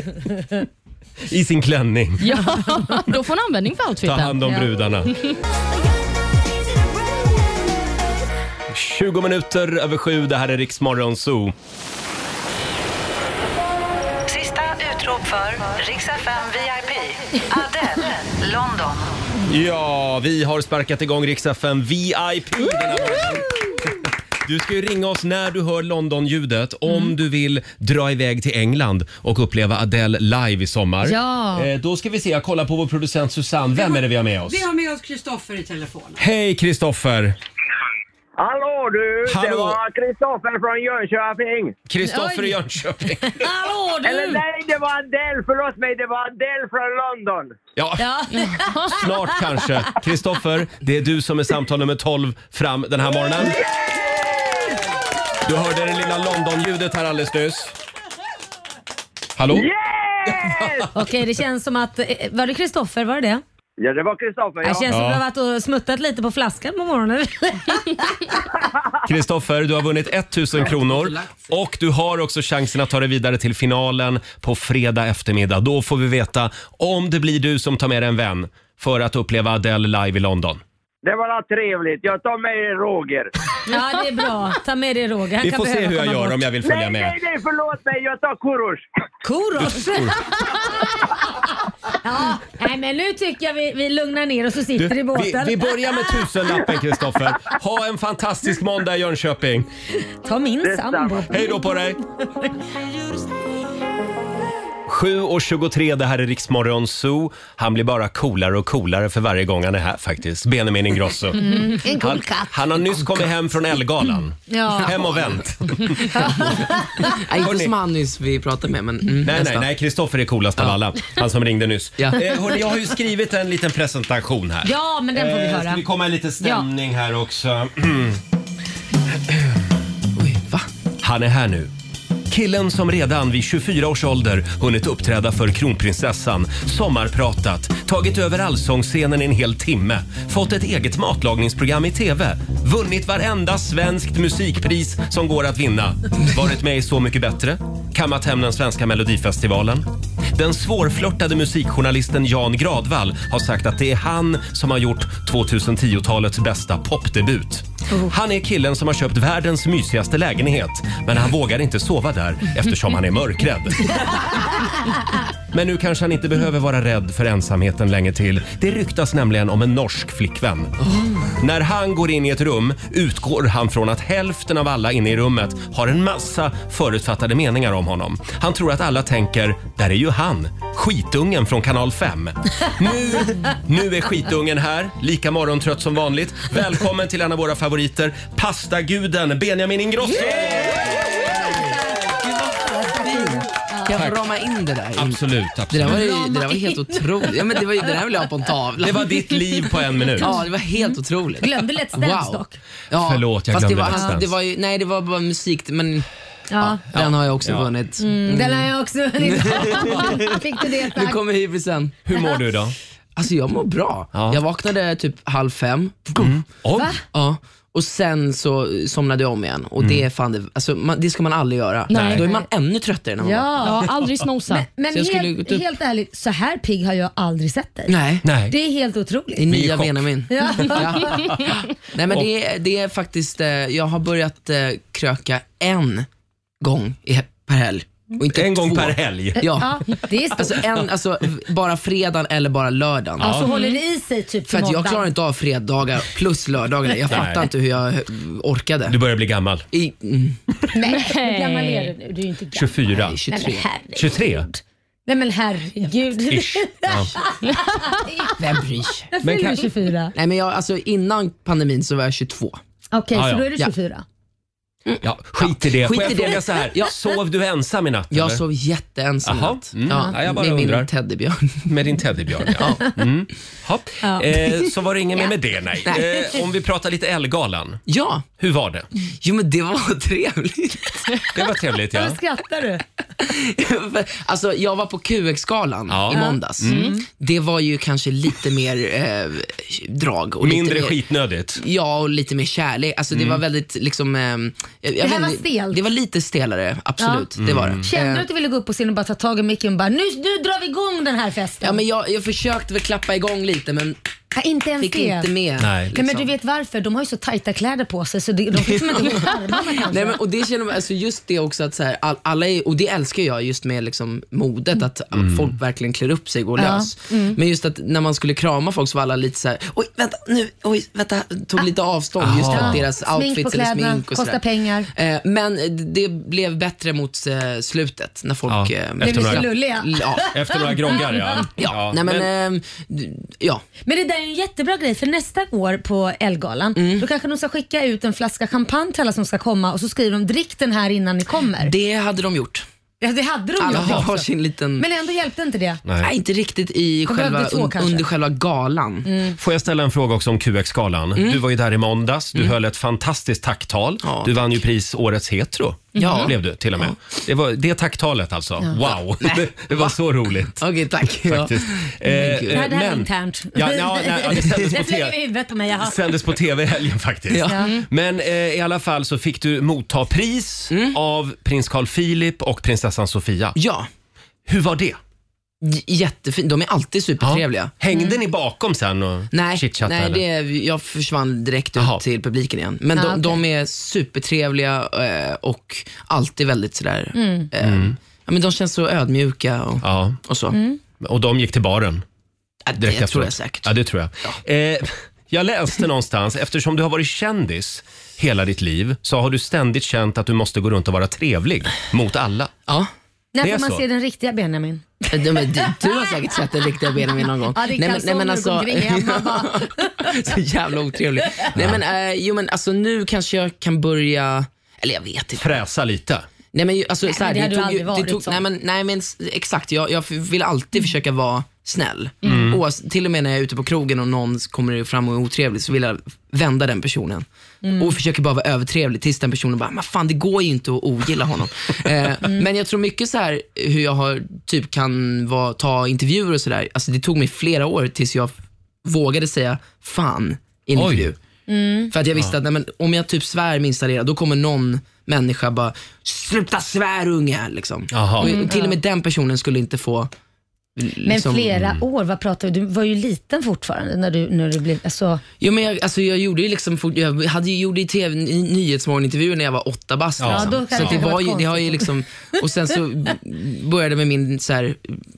I sin klänning. Ja, då får hon användning för Ta outfiten. hand om Ja. brudarna. tjugo minuter över sju, det här är Rix Morgon Zoo. Sista utrop för Rix F M V I P. Adele, London. Ja, vi har sparkat igång Rix F M V I P den här morgonen. Du ska ju ringa oss när du hör London-ljudet om Mm. du vill dra iväg till England och uppleva Adele live i sommar. Ja. Eh, då ska vi se, jag kollar på vår producent Susanne. Vem är det vi har med oss? Vi har med oss Kristoffer i telefonen. Hej Kristoffer! Hallå du, det Hallå. var Kristoffer från Jönköping. Kristoffer i Oj. Jönköping. Hallå du! Eller nej, det var Adele, förlåt mig, det var Adele från London. Ja, Ja. snart kanske. Kristoffer, det är du som är samtal nummer tolv fram den här morgonen. Du hörde det lilla London-ljudet här alldeles nyss. Hallå? Yes! Okej, det känns som att... eh, Var det Kristoffer? Var det det? Ja, det var Kristoffer, Det ja. känns som Ja. att du har varit och smuttat lite på flaskan på morgonen. Kristoffer, du har vunnit tusen kronor och du har också chansen att ta dig vidare till finalen på fredag eftermiddag. Då får vi veta om det blir du som tar med dig en vän för att uppleva Adele live i London. Det var trevligt. Jag tar med Roger. Ja, det är bra. Ta med dig Roger. Han Vi kan får se behöva hur jag komma gör bort. om jag vill följa Nej, med. nej, nej, förlåt mig. Jag tar Korosh. Korosh! Ja, nej, men nu tycker jag vi, vi lugnar ner oss och sitter Du, i vi, båten. vi börjar med tusenlappen, Kristoffer. Ha en fantastisk måndag i Jönköping. Ta min Detsamma. sambo. Hej då på dig! sju och tjugotre, det här är Rix Morgon Zoo. Han blir bara coolare och coolare för varje gång han är här faktiskt. Benjamin Ingrosso. Mm, en cool Han, katt. han har nyss kommit hem från Ellegalan. Ja. Hem och vänt. Nej, inte som han nyss vi pratade med, men mm, Nej, nej, nästa. nej. Kristoffer är coolast av alla. Han som ringde nyss. Ja. Eh, hörni, jag har ju skrivit en liten presentation här. Ja, men den får vi Eh, höra. Ska vi komma i lite stämning här också? Oj, va? Han är här nu. Killen som redan vid tjugofyra års ålder hunnit uppträda för kronprinsessan, sommarpratat, tagit över allsångsscenen i en hel timme, fått ett eget matlagningsprogram i T V, vunnit varenda svenskt musikpris som går att vinna, varit med i Så mycket bättre, kammat hem den svenska melodifestivalen. Den svårflörtade musikjournalisten Jan Gradvall har sagt att det är han som har gjort tjugohundratiotalets bästa popdebut. Han är killen som har köpt världens mysigaste lägenhet, men han vågar inte sova där eftersom han är mörkrädd. Men nu kanske han inte behöver vara rädd för ensamheten länge till. Det ryktas nämligen om en norsk flickvän. Mm. När han går in i ett rum utgår han från att hälften av alla inne i rummet har en massa förutfattade meningar om honom. Han tror att alla tänker, där är ju han, skitungen från kanal fem. Nu, nu är skitungen här, lika morgontrött som vanligt. Välkommen till en av våra favoriter, pastaguden Benjamin Ingrosso! Kan jag få rama in det där? Absolut, absolut. Det där var, ju, det där var helt otroligt. Ja, men det, var, det där vill jag ha på en tavla. Det var ditt liv på en minut. Ja, det var helt otroligt. Glömde Let's Dance wow. dock. Ja, Förlåt, jag fast glömde det var, Let's Dance. det var ju, nej, det var bara musik, men ja. Ja, den har jag också Ja. vunnit. Mm, den har jag också vunnit. Fick du det, tack. Nu kommer hybrisen. Hur mår du då? Alltså jag mår bra. Ja. Jag vaknade typ halv fem. Mm. Oh. Va? Ja. Och sen så somnade jag om igen. Och Mm. det är fan det, alltså, man, det ska man aldrig göra. Nej. Då är man ännu tröttare när man vaknar. Ja, aldrig snosa. Men, men Så jag skulle helt, gått upp- helt ärligt, så här pigg har jag aldrig sett dig. Nej. Nej. Det är helt otroligt. Det är Vi är nya i chock. Benjamin. Ja. Ja. Nej men det är, det är faktiskt, eh, jag har börjat eh, kröka en gång i, per helg. Och inte En gång två. per helg. Ja. Ja, det är stort. Alltså, en, alltså bara fredagen eller bara lördagen. Ja, så håller det i sig typ För till att jag måndag. klarar inte av fredagar plus lördagar. Jag fattar Nej. inte hur jag orkade. Du börjar bli gammal. I, mm, Nej, hur gammal är du nu? Du är ju inte gammal. tjugofyra. nej, tjugotre. Nej, men herregud. tjugotre? Nej men herregud. Ish. Ja. Vem bryr sig? Jag Men fyller kan- tjugofyra. Nej men jag, alltså innan pandemin så var jag tjugotvå. Okej, Ja, så ja. då är du Ja. tjugofyra. Ja, skit i det. Skit Får jag i det. fråga så här? Ja. Sov du ensam i natt? Jag eller? sov jätteensam Jaha. natt. Mm. Ja, jag bara med undrar. min teddybjörn. Med din teddybjörn, ja. Mm. Hopp. Ja. Eh, så var det ingen mer med det, nej. Eh, om vi pratar lite Ellegalan. Ja, Hur var det? jo men det var trevligt. Det var trevligt, ja. Varför skrattar du? Alltså jag var på Q X-galan Ja. i måndags. Det var ju kanske lite mer eh, drag. Och Mindre lite mer, skitnödigt. Ja, och lite mer kärlek. Alltså det var väldigt liksom... Eh, jag, jag Det här vet var inte- stelt. Det var lite stelare, absolut. Det var det. Kände du Eh, att du ville gå upp på scen och bara ta tag i micken och bara nu, nu drar vi igång den här festen? Ja, men jag, jag försökte väl klappa igång lite men Ja, inte ens fick det. inte med. Nej. Nej, men liksom. du vet varför? De har ju så tajta kläder på sig så det, de fick som inte ihop armarna kanske. Nej, men, och det känner man, alltså just det också att så här, all, alla är, och det älskar jag just med liksom modet att folk verkligen klär upp sig och går Ja. lös. Men just att när man skulle krama folk så var alla lite så här: oj vänta nu, oj vänta, tog lite avstånd just för Aha. att deras Smink på outfits eller kläderna, smink och kostar sådär. pengar. Eh, men det blev bättre mot eh, slutet när folk Ja, eh, efter Blev några- lite lulliga. Ja. Efter några groggar, ja. Ja, nej men, men- ehm, d- ja. Men det där är en jättebra grej för nästa år på Ellegalan Mm. då kanske de ska skicka ut en flaska champagne till alla som ska komma och så skriver de drick den här innan ni kommer. Det hade de gjort. Ja, det hade de Alla gjort har också. sin liten... Men ändå hjälpte inte det. Nej. Nej. inte riktigt i De själva, behövde två, un, kanske. under själva galan. Får jag ställa en fråga också om Q X-galan? Du var ju där i måndags, du höll ett fantastiskt tacktal. Ja. Du vann ju pris Årets hetero. Ja. Blev du till och med. Det, var, det tacktalet alltså. Wow, det, det var så roligt. Okej, tack. Ja. Faktiskt. Eh, Det här, det här är men- internt. Ja, ja, nej, ja, det sändes på det flög T V. i huvudet på mig. Jaha. sändes på T V i helgen faktiskt. Ja. Men eh, i alla fall så fick du motta pris av prins Carl Philip och prinsessan Sofia. Ja, Hur var det? j- jättefint. De är alltid supertrevliga. Hängde ni bakom sen och Nej, chitchattade? nej det, jag försvann direkt ut Jaha. till publiken igen. Men Ah, de, okej. de är supertrevliga eh, och alltid väldigt sådär... Mm. Eh, ja, men de känns så ödmjuka och, Ja, och så. Mm. och de gick till baren Ja, det direkt tror efteråt. jag säkert. Ja, det tror jag. Eh, jag läste någonstans, eftersom du har varit kändis hela ditt liv så har du ständigt känt att du måste gå runt och vara trevlig mot alla. Ja. När Det är får man så. se den riktiga Benjamin? Du, men du, du har säkert sett den riktiga Benjamin någon gång. Ja, det är kalsonger och går omkring hemma bara. Så jävla otrevlig. Nej men, eh, jo, men alltså, nu kanske jag kan börja... Eller jag vet inte. Fräsa lite. Nej men ju- alltså, Nej, så här, men det hade tog, du aldrig ju- varit tog, så. nej, men, nej men s- exakt, jag, jag vill alltid försöka vara snäll. Mm. Oavs- till och med när jag är ute på krogen och någon kommer fram och är otrevlig så vill jag vända den personen. Mm. Och försöker bara vara övertrevlig tills den personen bara, men fan det går ju inte att ogilla honom. eh, Mm. Men jag tror mycket så här hur jag har, typ kan vara, ta intervjuer och sådär. Alltså det tog mig flera år tills jag vågade säga fan i en Oj. intervju. Mm. För att jag visste att nej, men, om jag typ svär minsta lilla, då kommer någon människa bara sluta svär unge liksom. Jaha. Och Mm, till och med den personen skulle inte få Men liksom, flera år, vad pratar du? Du var ju liten fortfarande när du, när du blev... Alltså, Jo men jag, alltså jag gjorde ju liksom fort- jag hade ju gjorde i T V i Nyhetsmorgonintervjuer när jag var åtta bast Ja, liksom. då kan Så det att det inte var varit ju, det har ju konstigt. liksom, och sen så började med min så här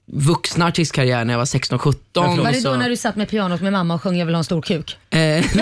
vuxna artistkarriär när jag var sexton sjutton. Var det så... då när du satt med pianot med mamma och sjöng Jag vill ha en stor kuk? Eh,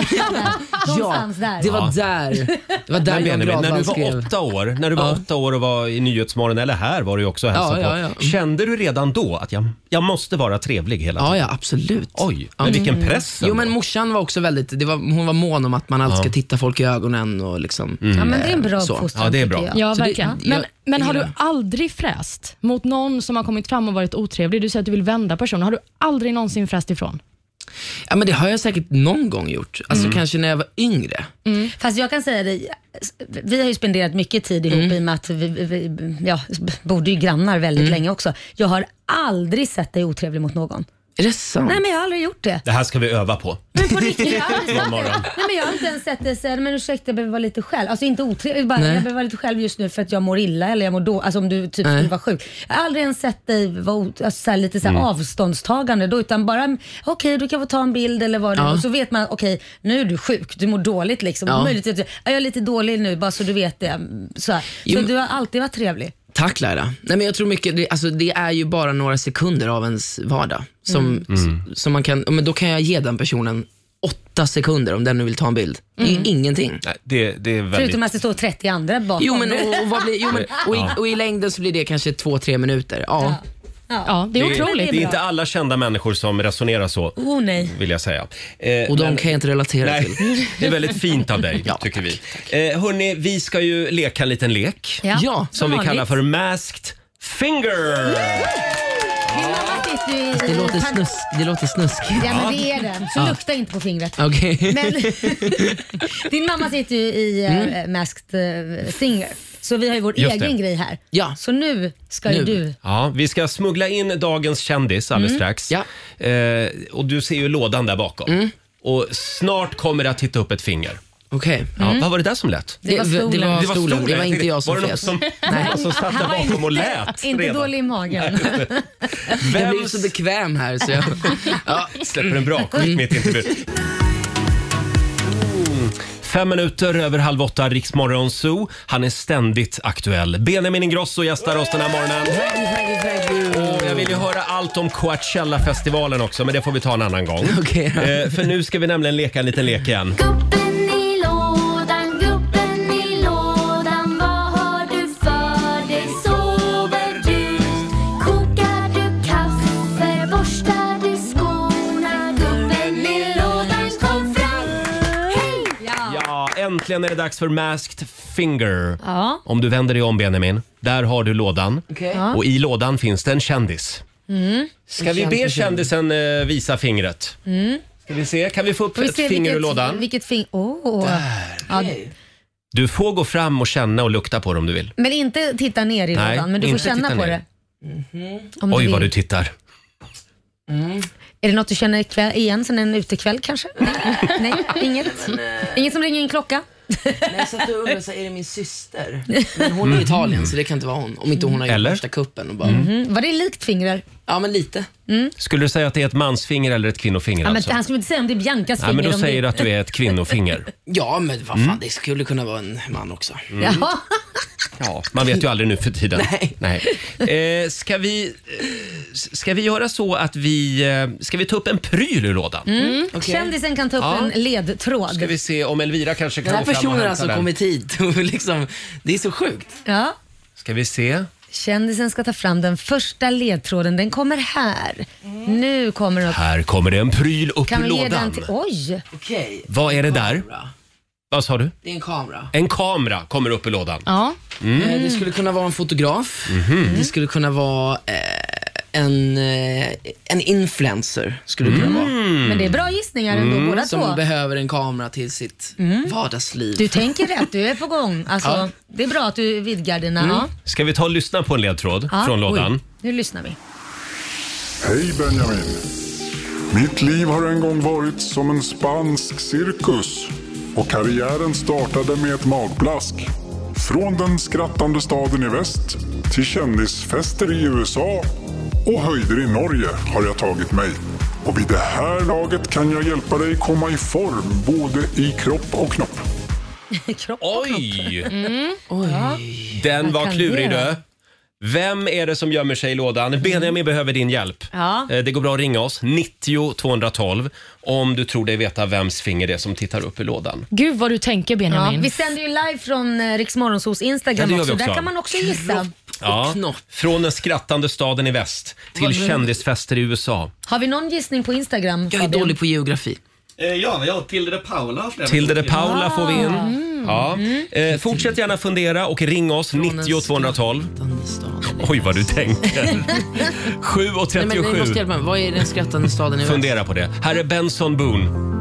ja, där. det var Ja. där. Det var där Men jag Benjamin, när du var skrev. åtta år, när du var Ja. åtta år och var i Nyhetsmorgon, eller här var du ju också och hälsade Ja, på. ja, ja. Kände du redan då att jag, jag måste vara trevlig hela tiden? Ja, ja, absolut. Oj, men vilken press Jo, ändå. men morsan var också väldigt, det var, hon var mån om att man alltid Ja. ska titta folk i ögonen och liksom. Mm. Ja, men det är en bra så. fostran, Ja, det är bra. tycker jag. Ja, Så det- verkligen. jag- men men har du gillar aldrig fräst mot någon som har kommit fram och varit otrevlig? Du säger att du vill vända personen. Har du aldrig någonsin fräst ifrån? Ja, men det har jag säkert någon gång gjort. Alltså kanske när jag var yngre. Mm. Fast jag kan säga det, vi har ju spenderat mycket tid ihop i och med att vi, vi ja, bodde ju grannar väldigt länge också. Jag har aldrig sett dig otrevlig mot någon. Är det sant? Nej, men jag har aldrig gjort det. Det här ska vi öva på. Men på riktigt, jag har aldrig Någon sagt det. morgon. Nej, men jag har inte ens sett det säga, men ursäkta, jag behöver vara lite själv. Alltså inte otrevlig, bara, Nej. jag behöver vara lite själv just nu för att jag mår illa eller jag mår då, alltså om du typ Nej. skulle vara sjuk. Jag har aldrig ens sett dig vara ot- alltså, så här, lite så här avståndstagande då, utan bara okej, du kan få ta en bild eller vad det är. Ja. Och så vet man, okej, nu är du sjuk, du mår dåligt liksom. Ja. Möjligt att, ja, jag är lite dålig nu, bara så du vet det. Så, här. så Jo, men- du har alltid varit trevlig. Tack Laila. Nej, men jag tror mycket, det, alltså, det är ju bara några sekunder av ens vardag som, som man kan, men då kan jag ge den personen åtta sekunder om den nu vill ta en bild. Det är ju ingenting. Nej, det, det är väldigt... Förutom att det står trettio andra bakom. Jo, men, och, och, vad blir, jo, men, och, i, och i längden så blir det kanske två, tre minuter. Ja. Ja, det är Det är, otroligt. det är inte alla kända människor som resonerar så, Oh nej. vill jag säga. Eh, Och de men- kan jag inte relatera Nej, till. det är väldigt fint av dig, Ja, tycker vi. Eh, hörni, vi ska ju leka en liten lek. Ja, Ja, Som vi vanligt. kallar för Masked Finger. Min mamma sitter ju i... Det låter, pan- snus, det låter snuskigt. Ja, men det är den. Så lukta inte på fingret. Okej. Men din mamma sitter ju i uh, Masked uh, Singer. Så vi har ju vår Just egen det. grej här. Ja. Så nu ska ju Nu. du... Ja, vi ska smuggla in dagens kändis alldeles strax. Ja. Eh, och du ser ju lådan där bakom. Och snart kommer det att titta upp ett finger. Okej. Ja, vad var det där som lät? Det var stolen. det var Det var stolen. stolen. Det var inte jag som Var det någon fes. som, någon som satt där bakom och lät Inte redan? dålig i magen. Jag blev Vem så bekväm här så jag... Ja. släpper en bra skit mitt i intervju? Mm. Fem minuter över halv åtta, Rix Morgon Zoo. Han är ständigt aktuell. Benjamin Ingrosso gästar oss den här morgonen. Och jag vill ju höra allt om Coachella-festivalen också, men det får vi ta en annan gång. Okej då. Eh, för nu ska vi nämligen leka en liten lek igen. Gubben i lådan, gubben i lådan, vad har du för dig? Sover du? Kokar du kaffe? Borstar du skorna? Gubben i lådan, kom fram! Hej! Ja, äntligen är det dags för Masked Finger. Ja. Om du vänder dig om, Benjamin, där har du lådan. Okej. Ja. Och i lådan finns det en kändis. Ska vi be kändisen eh, visa fingret? Ska vi se, kan vi få upp Får vi ett se finger ur vilket, lådan? vilket finger... Åh. Ja, Du får gå fram och känna och lukta på det om du vill. men inte titta ner i Nej, lådan, men du får inte känna titta på ner. det. Om Oj, du vad du vill. tittar. Är det något du känner ikväll, igen sen en utekväll kanske? Nej, Nej inget. Inget som ringer en klocka? Nej, jag satt och undrade, så är det min syster? Men hon är i Italien så det kan inte vara hon. Om inte hon har gjort Eller? värsta kuppen och bara... Mm. Var det likt fingrar? Ja, men lite. Skulle du säga att det är ett mansfinger eller ett kvinnofinger Ja, men alltså? han skulle inte säga om det är Biancas finger. Nej, men då om säger du det... att du är ett kvinnofinger. Ja, men vad fan, det skulle kunna vara en man också. Jaha. Ja, man vet ju aldrig nu för tiden. Nej. Nej. Eh, ska, vi, eh, ska vi göra så att vi... Eh, ska vi ta upp en pryl ur lådan? Mm. Okej. Kändisen kan ta upp Ja. en ledtråd. Ska vi se om Elvira kanske kan Den här gå fram och personen har hämta alltså den. kommit hit och liksom, det är så sjukt. Ja. Ska vi se? Kändisen ska ta fram den första ledtråden. Den kommer här. Nu kommer den upp. Här kommer det en pryl upp Kan ur vi ge lådan. den till... Oj! Okej. Vad är det där? Kamera. Vad sa du? Det är en kamera. En kamera kommer upp i lådan. Ja. Eh, Det skulle kunna vara en fotograf. Det skulle kunna vara eh, en, eh, en influencer. Skulle det kunna vara. Men det är bra gissningar ändå, båda Som två. behöver en kamera till sitt vardagsliv. Du tänker rätt, du är på gång. Alltså, Ja. Det är bra att du vidgar dina... Ja. Ska vi ta och lyssna på en ledtråd Ja. från lådan? Nu lyssnar vi. Hej Benjamin. Mitt liv har en gång varit som en spansk cirkus och karriären startade med ett magplask. Från den skrattande staden i väst till kändisfester i U S A och höjder i Norge har jag tagit mig. Och vid det här laget kan jag hjälpa dig komma i form både i kropp och knopp. Kropp och Oj! knopp. Mm. Oj. Den Vad var kan klurig det du. vara? Vem är det som gömmer sig i lådan? Benjamin behöver din hjälp. Ja. Eh, Det går bra att ringa oss, nittio tvåhundratolv, om du tror dig veta vems finger det är som tittar upp i lådan. Gud vad du tänker, Ja, Benjamin. vi sänder ju live från eh, Rix Morgonzos Instagram Ja, det gör vi också. också. Där kan man också gissa. Ja, från den skrattande staden i väst till Vad- kändisfester i U S A. Har vi någon gissning på Instagram? Jag är Fabian? dålig på geografi. Eh, ja, vi har Tilde de Paula. Tilde de Paula får vi in. Mm. Ja. Eh, fortsätt gärna fundera och ring oss, nittio tvåhundratolv. Oj, vad du tänker. sju och Nej, men ni måste trettiosju. hjälpa mig. Vad är den skrattande staden i väst? Fundera på det. Här är Benson Boone.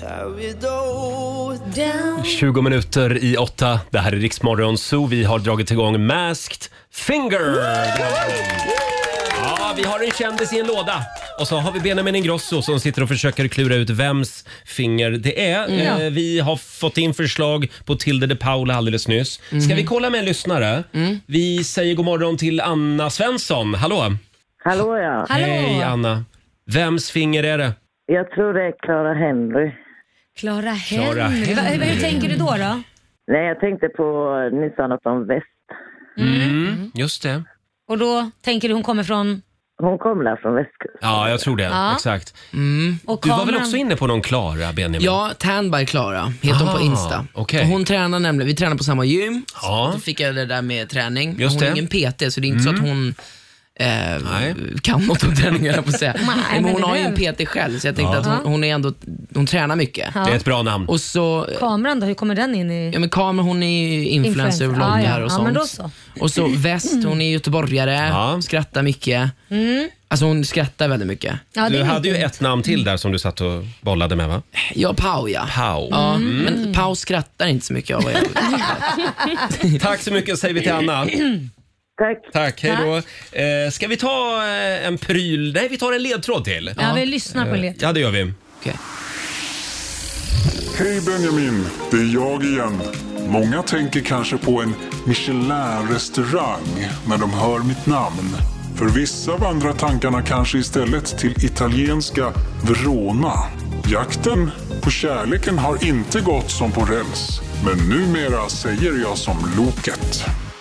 tjugo minuter i åtta. Det här är Rix Morgon Zoo. Vi har dragit igång Masked Finger. Ja, vi har en kändis i en låda. Och så har vi Benjamin Ingrosso som sitter och försöker klura ut vems finger det är. Mm. Eh, vi har fått in förslag på Tilde de Paula alldeles nyss. Ska Mhm. vi kolla med en lyssnare? Vi säger god morgon till Anna Svensson. Hallå! Hallå ja. Hej Anna. Vems finger är det? Jag tror det är Clara Henry. Clara Clara Henry. Va- Henry. Hur tänker du då? då? Nej, jag tänkte på, ni sa något om väst. Mm, just det. Och då tänker du hon kommer från... Hon kommer där från västkusten. Ja, jag tror det. Ja. Exakt. Och Du var väl kameran- också inne på någon Klara, Benjamin? Ja, Tan by Clara heter hon Ah, på Insta. okej. Och hon tränar nämligen, vi tränar på samma gym. Ja. Så då fick jag det där med träning. Just hon är det. ingen P T, så det är inte så Mm. att hon eh, kan något om träning, jag på att säga. Nej, men men hon det har ju en där- P T själv, så jag tänkte Ja. att hon, hon är ändå, hon tränar mycket. Ja. Det är ett bra namn. Och så, Kameran då, hur kommer den in i... ja men Kameran, hon är ju influencer Influencer. och vloggar Ja, ja. och Ja, sånt. men då så. Och så Väst, hon är göteborgare, skrattar mycket. Mm. Alltså hon skrattar väldigt mycket. Ja, det Du är hade ju lite- ett namn till där som du satt och bollade med, va? Ja, Pau ja. Pau. Ja, Mm. men Pau skrattar inte så mycket av vad jag Tack så mycket säger vi till Anna. Tack. Tack, hej då. Eh, ska vi ta eh, en pryl? Nej, vi tar en ledtråd till. Ja, vi lyssnar på en Eh, ledtråd. Ja, det gör vi. Hej Benjamin, det är jag igen. Många tänker kanske på en Michelin-restaurang när de hör mitt namn. För vissa vandrar tankarna kanske istället till italienska Verona. Jakten på kärleken har inte gått som på räls. Men numera säger jag som Loket.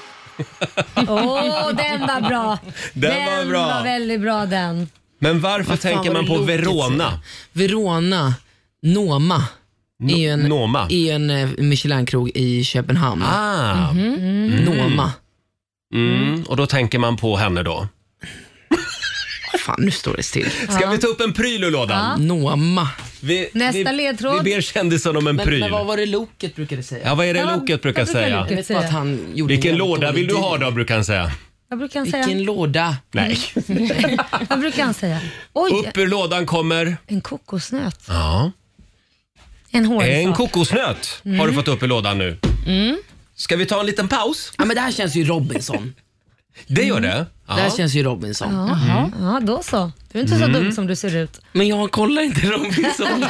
Åh, den var bra. Den var bra. var väldigt bra den. Men varför Vad fan tänker var man det på Loket Verona? säger? Verona, Noma. är ju en, Noma. är en eh, Michelin-krog i Köpenhamn. Ah. Mm. Noma. Mm. Och då tänker man på henne då? Fan, nu står det still. Ska vi ta upp en pryl ur lådan? Ja. Noma. Vi, Nästa vi, ledtråd. Vi ber kändisen om en Men, pryl. men vad var det Loket brukade säga? Ja, vad är det Ja, Loket brukar vad brukar säga? Loket Jag vet bara att han gjorde Vilken en låda dålig vill du ha deal. då, brukar han säga? Vad brukar han säga? Vilken låda? Nej. Vad brukar han säga? Oj, Upp ur lådan kommer... en kokosnöt. Ja. En hårig En sak. kokosnöt har du Mm. fått upp i lådan nu. Mm. Ska vi ta en liten paus? Ja, men det här känns ju Robinson. Det gör det? Det här känns ju Robinson. Jaha, ja, då så. Du är inte så Mm. dum som du ser ut. Men jag kollar inte Robinson.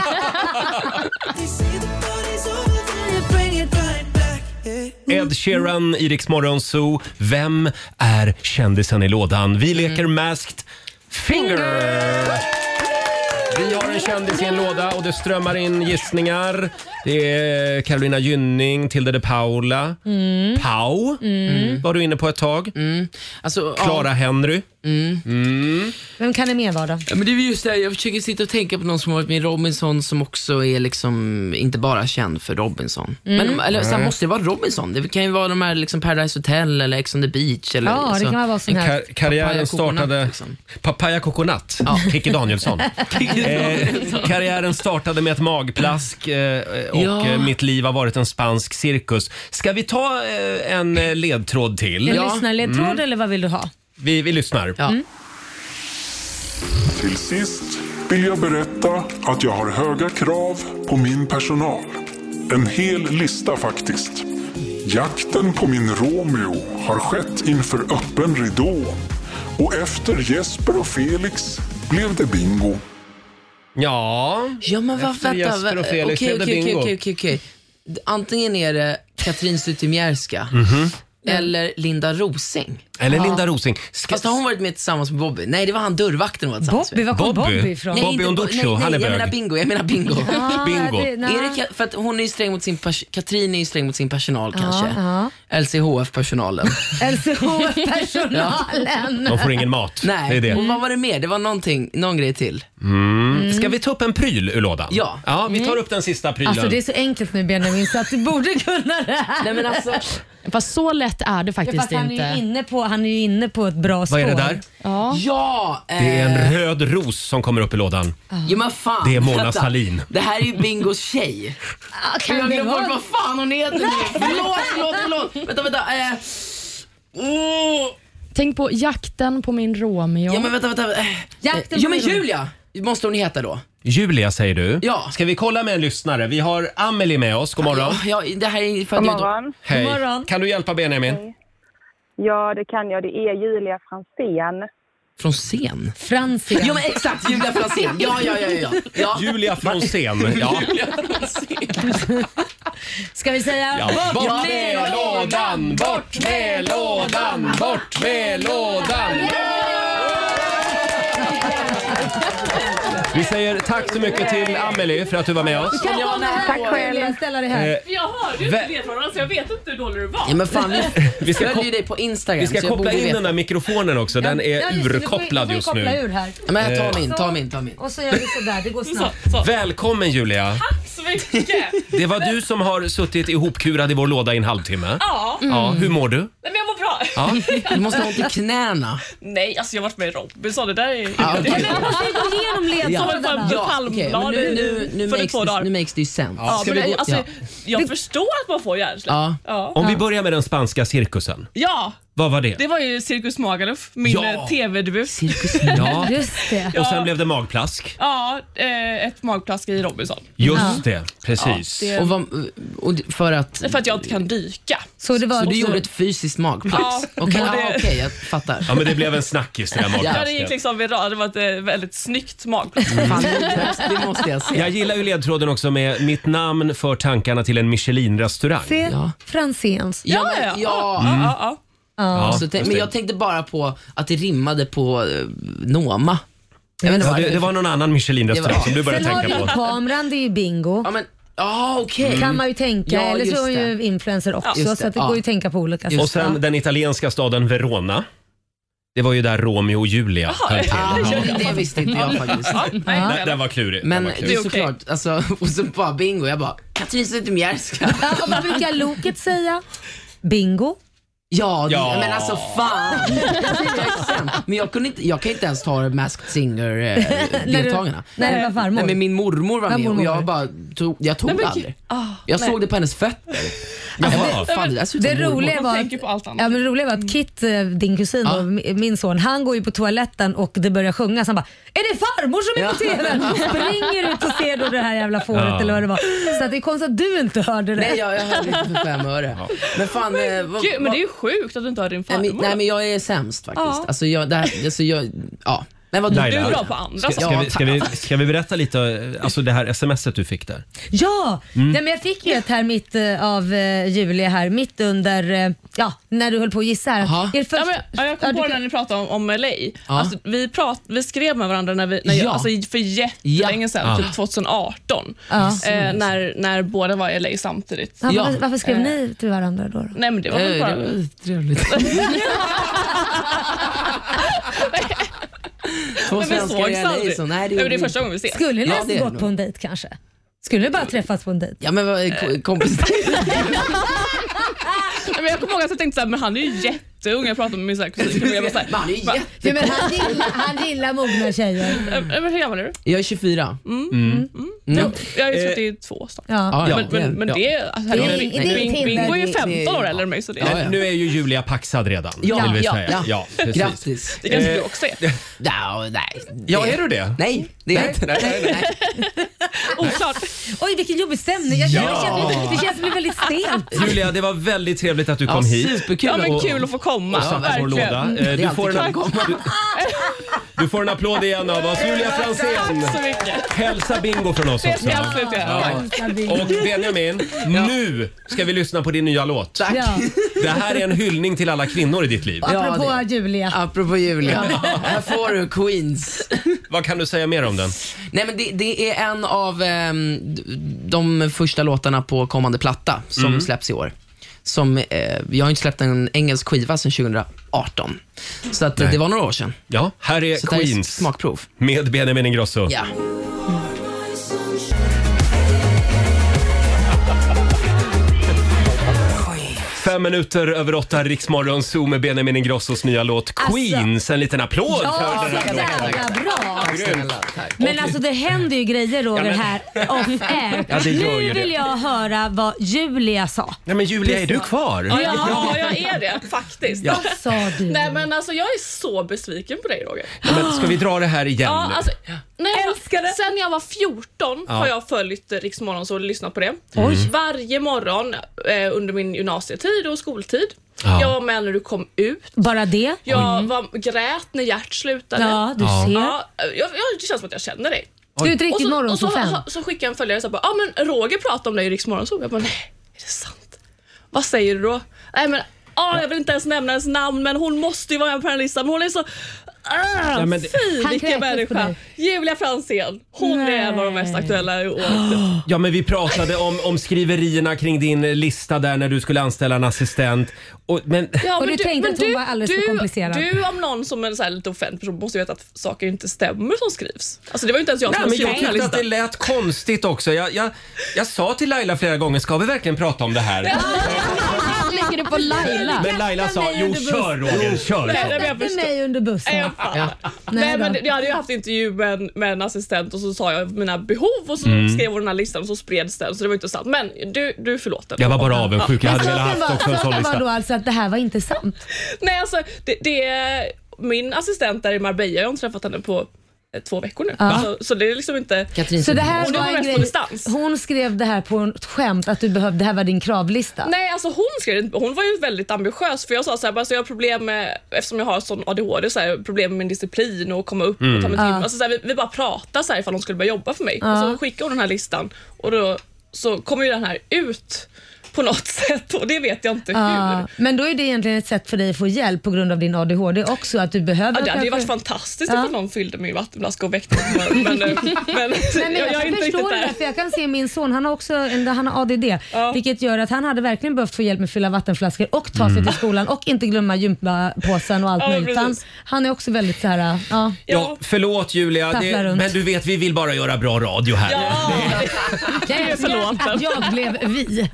Ed Sheeran i Rix Morgon Zoo. Vem är kändisen i lådan? Vi leker Masked Finger. Vi har en kändis i en låda och det strömmar in gissningar. Det är Carolina Gynning, Tilde de Paula. Mm. Pau Mm. var du inne på ett tag. Mm. Alltså, Clara ja. Henry. Mm. Mm. Vem kan det mer vara då? Ja, men det är just det, jag försöker sitta och tänka på någon som har varit med i Robinson som också är liksom inte bara känd för Robinson. Mm. Men, eller så här, Nej. måste det vara Robinson? Det kan ju vara de här liksom Paradise Hotel eller Ex on the Beach. Eller, Ja, det alltså, kan vara vad som helst. Kar- karriären Papaya Coconut, startade... liksom. Papaya Coconut. Kikki Danielsson. eh, karriären startade med ett magplask eh, och Ja. eh, mitt liv har varit en spansk cirkus. Ska vi ta eh, en eh, ledtråd till? En lyssnarledtråd Mm. eller vad vill du ha? Vi, vi lyssnar. Mm. Till sist vill jag berätta att jag har höga krav på min personal. En hel lista faktiskt. Jakten på min Romeo har skett inför öppen ridå. Och efter Jesper och Felix blev det bingo. Ja, Ja, men vad efter vänta. Jesper och Felix Okej, blev det okej, bingo. okej, okej, okej. Antingen är det Katrin Zytomierska Mhm. eller Linda Rosing. Eller Linda Rosing. Ska... Fast har hon varit med tillsammans med Bobby? Nej, det var han dörrvakten hon var tillsammans Bobby, var kom Bobby? Bobby ifrån? Nej, Bobby inte- Onducho, nej, han är nej, jag bög. menar bingo, jag menar bingo. Ah, Bingo. det- nej. Erik, för att hon är ju sträng mot sin pers- Katrin är ju sträng mot sin personal kanske. ja. L C H F-personalen. L C H F-personalen. De får ingen mat. Nej, Det är det. och vad var det mer? Det var någonting, någon grej till. Mm. Ska vi ta upp en pryl ur lådan? Ja. Ja, vi tar Mm. upp den sista prylen. Alltså det är så enkelt nu Benjamin så att du borde kunna det här. Nej men alltså, Fast så lätt är det Ja, faktiskt fast han, är inte. ju inne på, han är ju inne på ett bra spår. Vad är det där? Ja. ja! Det är en röd ros som kommer upp i lådan. Jo men fan. Det är Mona vänta. Sahlin. Det här är ju Bingos tjej. Ah, kan jag det glömde vara? bort vad fan hon heter nu. Förlåt, förlåt, förlåt. Vänta, vänta. Eh. Oh. Tänk på jakten på min Romeo. Ja men vänta, vänta. Eh. Jakten Ja på men min- Julia måste hon heta då. Julia säger du. Ja. Ska vi kolla med en lyssnare? Vi har Amelie med oss. God morgon. Ja, ja, det här är för God att jag- morgon. Hej. God morgon. Kan du hjälpa Benjamin? Ja, det kan jag. Det är Julia Franzén. Från scen. Franzén. Ja men exakt, Julia Franzén. Ja, ja, ja, ja. ja. Julia Franzén. Ja. Ska vi säga Ja. Bort med lådan, bort med lådan, bort med lådan. Vi säger tack så mycket till Amelie för att du var med oss. Du kan komma här Tack själv. Julia, ställa dig här. Eh, Jaha, du är Vä- inte ledtrådaren så jag vet inte hur dålig du var. Ja men fan, vi, Vi ska följer kop- ju dig på Instagram. Vi ska så jag koppla borde in veta. den där mikrofonen också. Den är Ja, just det, du får- urkopplad du får just koppla nu. ur här. Ja, men jag tar Eh, min, ta min, ta min. Och så gör vi sådär, det går snabbt. Så, så. Välkommen Julia. Tack så mycket. Det var du som har suttit ihopkurad i vår låda i en halvtimme. Ja. Ja, hur mår du? Nej, men jag mår bra. Ja. Du måste ha ont i knäna. Nej, alltså jag har varit med i Robinson. Det där är... Ja, okej. Men jag måste ju gå igenom ledtrådarna. Ja, okej, men nu, nu, nu, för makes två this, dagar. nu makes this sense. Ja, Ska men vi det, gå- alltså, ja. jag förstår att man får hjärnsläpp. Ja. Ja. Om vi börjar med den spanska cirkusen. Ja, Vad var det? det var ju Cirkus Magaluf, min Ja. ja. tv-debut. Cirkus. Ja. Just det. Och sen blev det magplask. Ja, eh, ett magplask i Robinson. Just det, precis. Ja, det- Och, vad, och för att... För att jag inte kan dyka. Så det var Så du också- gjorde ett fysiskt magplask? Ja. Okej, Och det- ja, okej, jag fattar. Ja, men det blev en snackis det där Ja, det gick magplasket. liksom viralt. Det var ett eh, väldigt snyggt magplask. Fan, det, det måste jag se. Jag gillar ju ledtråden också med mitt namn för tankarna till en Michelin-restaurang. Se, Ja. Franzéns. Ja, Ja, men, ja. ja. Ja, ja, ja. Ja, Så just tänk, men det. jag tänkte bara på att det rimmade på uh, Noma. Jag vet inte Ja, varför. det, det var någon annan Michelin-restaurang Det var- som du började Sen har tänka du på. kameran, det är ju bingo. Ja, men, ja okej. Kan man ju tänka. Ja, Eller så just är det. ju influencer också. Just det, Så att det ja. går ju att tänka på olika sätt. Och sen den italienska staden Verona. Det var ju där Romeo och Julia höll till. Ja, det visste inte jag faktiskt. Ja, nej, Den, nej. den var klurig. Men den var det klurig. är såklart, alltså, och så bara bingo. Jag bara, Katrin Zytomierska. Ja, och vad brukar Loket säga? Bingo. Ja, det, Ja. men alltså fan. Jag säger exakt. Men jag, kunde inte, jag kan inte ens ta Masked Singer-deltagarna. När det var farmor. Nej, men min mormor var Ja, med och mormor. jag bara tog, jag tog Nej, men- aldrig. Ah, Jag nej. såg det på hennes fötter. Jag bara, fan, det där ser ut Det som mormor. roliga Man var tänker att, på allt annat. ja, men det roliga var att Kit, eh, din kusin, Ja. och min son, han går ju på toaletten och det börjar sjunga. Så han bara, är det farmor som är på Ja. T V? Springer ut och ser då det här jävla fåret Ja. eller vad det var. Så att det är konstigt att du inte hörde det. Nej, jag, jag hörde inte för fem öre. Men fan, eh, vad, Gud, men vad- det är ju sjukt att du inte har din nej, farmor. men, nej men jag är sämst faktiskt. Ja. Alltså jag, det här, alltså jag, ja. Nej, vad Laila. Du är bra på andra Ska, saker. ska, vi, ska, vi, ska vi berätta lite, alltså det här smset du fick där? Ja, Mm. nej, men jag fick ju ett här mitt eh, av eh, Julia här, mitt under, eh, ja, när du höll på att gissa här. Jaha. Er först- Ja, men, ja, jag kom ja, på du det kan- när ni pratade om, om L A. Ja. Alltså, vi, prat, vi skrev med varandra när vi, när jag, Ja. alltså, för jättelänge sedan, Ja. typ tjugo arton. Ja. Eh, när, när båda var i L A samtidigt. Ja, Ja. varför, varför skrev Eh. ni till varandra då? då? Nej, men det var väl Eh, bara... det var trevligt. Två Men vi svenskar sågs i L A, aldrig. så nej, det Nej, men gjorde det är vi första gången vi ses. Skulle ni Ja, ens det är gått det på nog. en dejt kanske? Skulle ni bara träffats på en dejt? Ja men vad, ko- kompis. Nej, men jag kommer ihåg att jag tänkte såhär, men han är ju jätteung. Jag pratade med min så här kusin. Jag var så här, Men han är ju va? jätte... Ja, men han, gillar, han gillar mogna tjejer. Eh, eh, Hur gammal är du? Jag är tjugofyra. Mm. Mm. Jag, jag är Eh, trettiotvå snart. Ja. Ja, Men, men, men ja. det, alltså, Det är herregud, ing- det är Bing- inget Bingo är ju hinder. femton år äldre än mig. Så det, Ja, ja. Men nu är ju Julia paxad redan, Ja, vill vi ja, säga. ja. Ja, precis. Grattis. det kanske Eh, du också är. Ja, nej. Ja, är du det? Nej, det är Nej, inte. nej, nej, nej. Oklart. Oj, vilken jobbig stämning. Jag, Ja. det, känns, det känns som det är väldigt stelt. Julia, det var väldigt trevligt att du kom Ja, hit. superkul. Ja, men Och- kul att få komma. och satt i vår verkligen. låda. Eh, Det är Du får, alltid en, kul att komma. du, Du får en applåd igen av oss. Julia Franzén. Tack så mycket. Hälsa Bingo från oss Det också. ska jag absolut göra. Ja. Och Benjamin, nu ska vi lyssna på din nya låt. Ja. Det här är en hyllning till alla kvinnor i ditt liv. Apropå Ja, Julia. Apropå Julia. Här får du Queens. Vad kan du säga mer om den? Nej, men det, det är en av ehm, d- de första låtarna på kommande platta som Mm. släpps i år. Som, eh, jag har inte släppt en engelsk skiva sedan tjugoarton. Så att, Nej. det var några år sedan. Ja, här är Så det här är Queens smakprov. med Benjamin Ingrosso. Ja. Fem minuter över åtta, Riksmorgon Zoo med Benjamin Ingrossos nya låt Queens. En liten applåd Ja, för den här låten. jävla bra. Grymt. Men alltså det händer ju grejer Roger Ja, men- här off air. Ja, det gör ju nu det. vill jag höra vad Julia sa. Nej men Julia, är du kvar? Ja, ja, jag är det faktiskt. Ja. Vad sa du? Nej men alltså jag är så besviken på dig Roger. Ja, men ska vi dra det här igen Ja, nu? alltså, när jag, Älskar det. Sen jag var fjorton Ja. har jag följt eh, Rix Morgon och lyssnat på det. Oj. Varje morgon eh, under min gymnasietid och skoltid. Ja. Jag var med när du kom ut. Bara det? Jag var, grät när Gert slutade. Ja, du Ja. ser. Ja, jag, jag, det känns som att jag känner dig. Du är ett riktigt och så, morgonsofan. så, så skickade jag en följare och sa bara, ja men Roger pratade om dig i Rix Morgon. Så jag bara, nej, är det sant? Vad säger du då? Nej men, ah, jag vill inte ens nämna hennes namn, men hon måste ju vara med på den här listan. Men hon är så ah, Ja, men det- fin, Han vilken kräktes på människa. dig. Julia Franzén, hon Nej. är en av de mest aktuella i år. Ja, men vi pratade om, om skriverierna kring din lista där när du skulle anställa en assistent. Och, men, Ja, Och men du tänkte att hon var alldeles för du, komplicerad. Du om någon som en så här lite offentlig person måste ju veta att saker inte stämmer som skrivs. Alltså det var ju inte ens jag nej, som men skrev jag den här tyckte att det listan. lät konstigt också. Jag, jag, jag sa till Laila flera gånger, ska vi verkligen prata om det här? Lägger du på Laila? Men Laila sa, mig jo under kör Roger, kör. Nej, sa. nej, men jag Sätter förstår. mig under bussen. Ja. Ja. Nej, Nej men då. jag hade ju haft intervju med en, med en assistent och så sa jag mina behov och så Mm. skrev hon den här listan och så spreds den, så det var inte sant. Men du, du är förlåten. Jag var bara avundsjuk, jag hade Men velat saken haft också en var, sån saken var då lista. alltså att det här var inte sant. Nej, alltså det, det är min assistent där i Marbella, jag har inte träffat henne på eh, två veckor nu. Ja. Så, så det är liksom inte... Katrin Så det här Hon var var en mest på grej. distans. Hon skrev det här på ett skämt att du behövde, det här var din kravlista. Nej, alltså hon skrev inte- hon var ju väldigt ambitiös, för jag sa så här, bara, så jag har problem med, eftersom jag har sån A D H D, så här, problem med min disciplin och komma upp Mm. och ta mig till Ja. gymmet. Alltså, så här, vi, vi bara pratade så här, ifall hon skulle börja jobba för mig. Ja. Och så skickade hon den här listan och då så kommer ju den här ut på något sätt och det vet jag inte Ja, hur. men då är det egentligen ett sätt för dig att få hjälp på grund av din A D H D också, att du behöver... Ja, det hade ju kanske- varit fantastiskt Ja. ifall någon fyllde min vattenflaska och väckte mig. Men, men, men, men Nej, men jag, jag, jag är kan inte förstå riktigt det där, där. för jag kan se min son, han har också en, han har A D D, Ja. vilket gör att han hade verkligen behövt få hjälp med att fylla vattenflaskor och ta sig till skolan och inte glömma gympapåsen och allt Ja, möjligt. Han, precis. han är också väldigt så här, ja. Ja, förlåt Julia, Tapplar det, runt. men du vet, vi vill bara göra bra radio här. Ja, Jag är förlåten. att jag blev vi.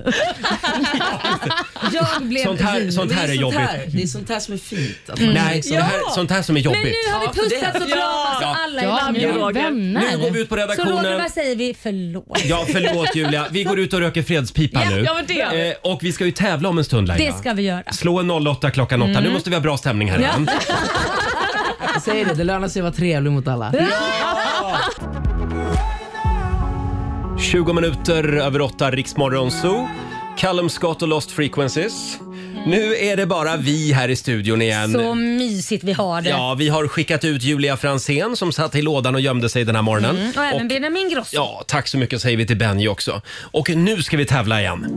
jag blev Sånt här, vi. sånt här är sånt jobbigt. här, det är sånt här som är fint. Att man Nej, liksom- sånt här, sånt här som är Men jobbigt. nu har vi Ja, för det- pussats och kramas Ja. och alla är Ja, varma. vi är Roger. vänner. Nu går vi ut på Så Roger, redaktionen. vad säger vi? Förlåt. Ja, förlåt Julia. Vi går ut och röker fredspipa Ja, nu. ja, men det gör vi. Eh, och vi ska ju tävla om en stund Laila. Det ska vi göra. Slå en noll åtta klockan åtta. Nu måste vi ha bra stämning här Ja. igen. Jag säger det, det lönar sig att vara trevlig mot alla. tjugo minuter över åtta, Riksmorgon Zoo. Callum Scott och Lost Frequencies. Nu är det bara vi här i studion igen. Så mysigt vi har det. Ja, vi har skickat ut Julia Franzén som satt i lådan och gömde sig den här morgonen. Mm. Och även Benjamin Grosso. Ja, tack så mycket säger vi till Benji också. Och nu ska vi tävla igen.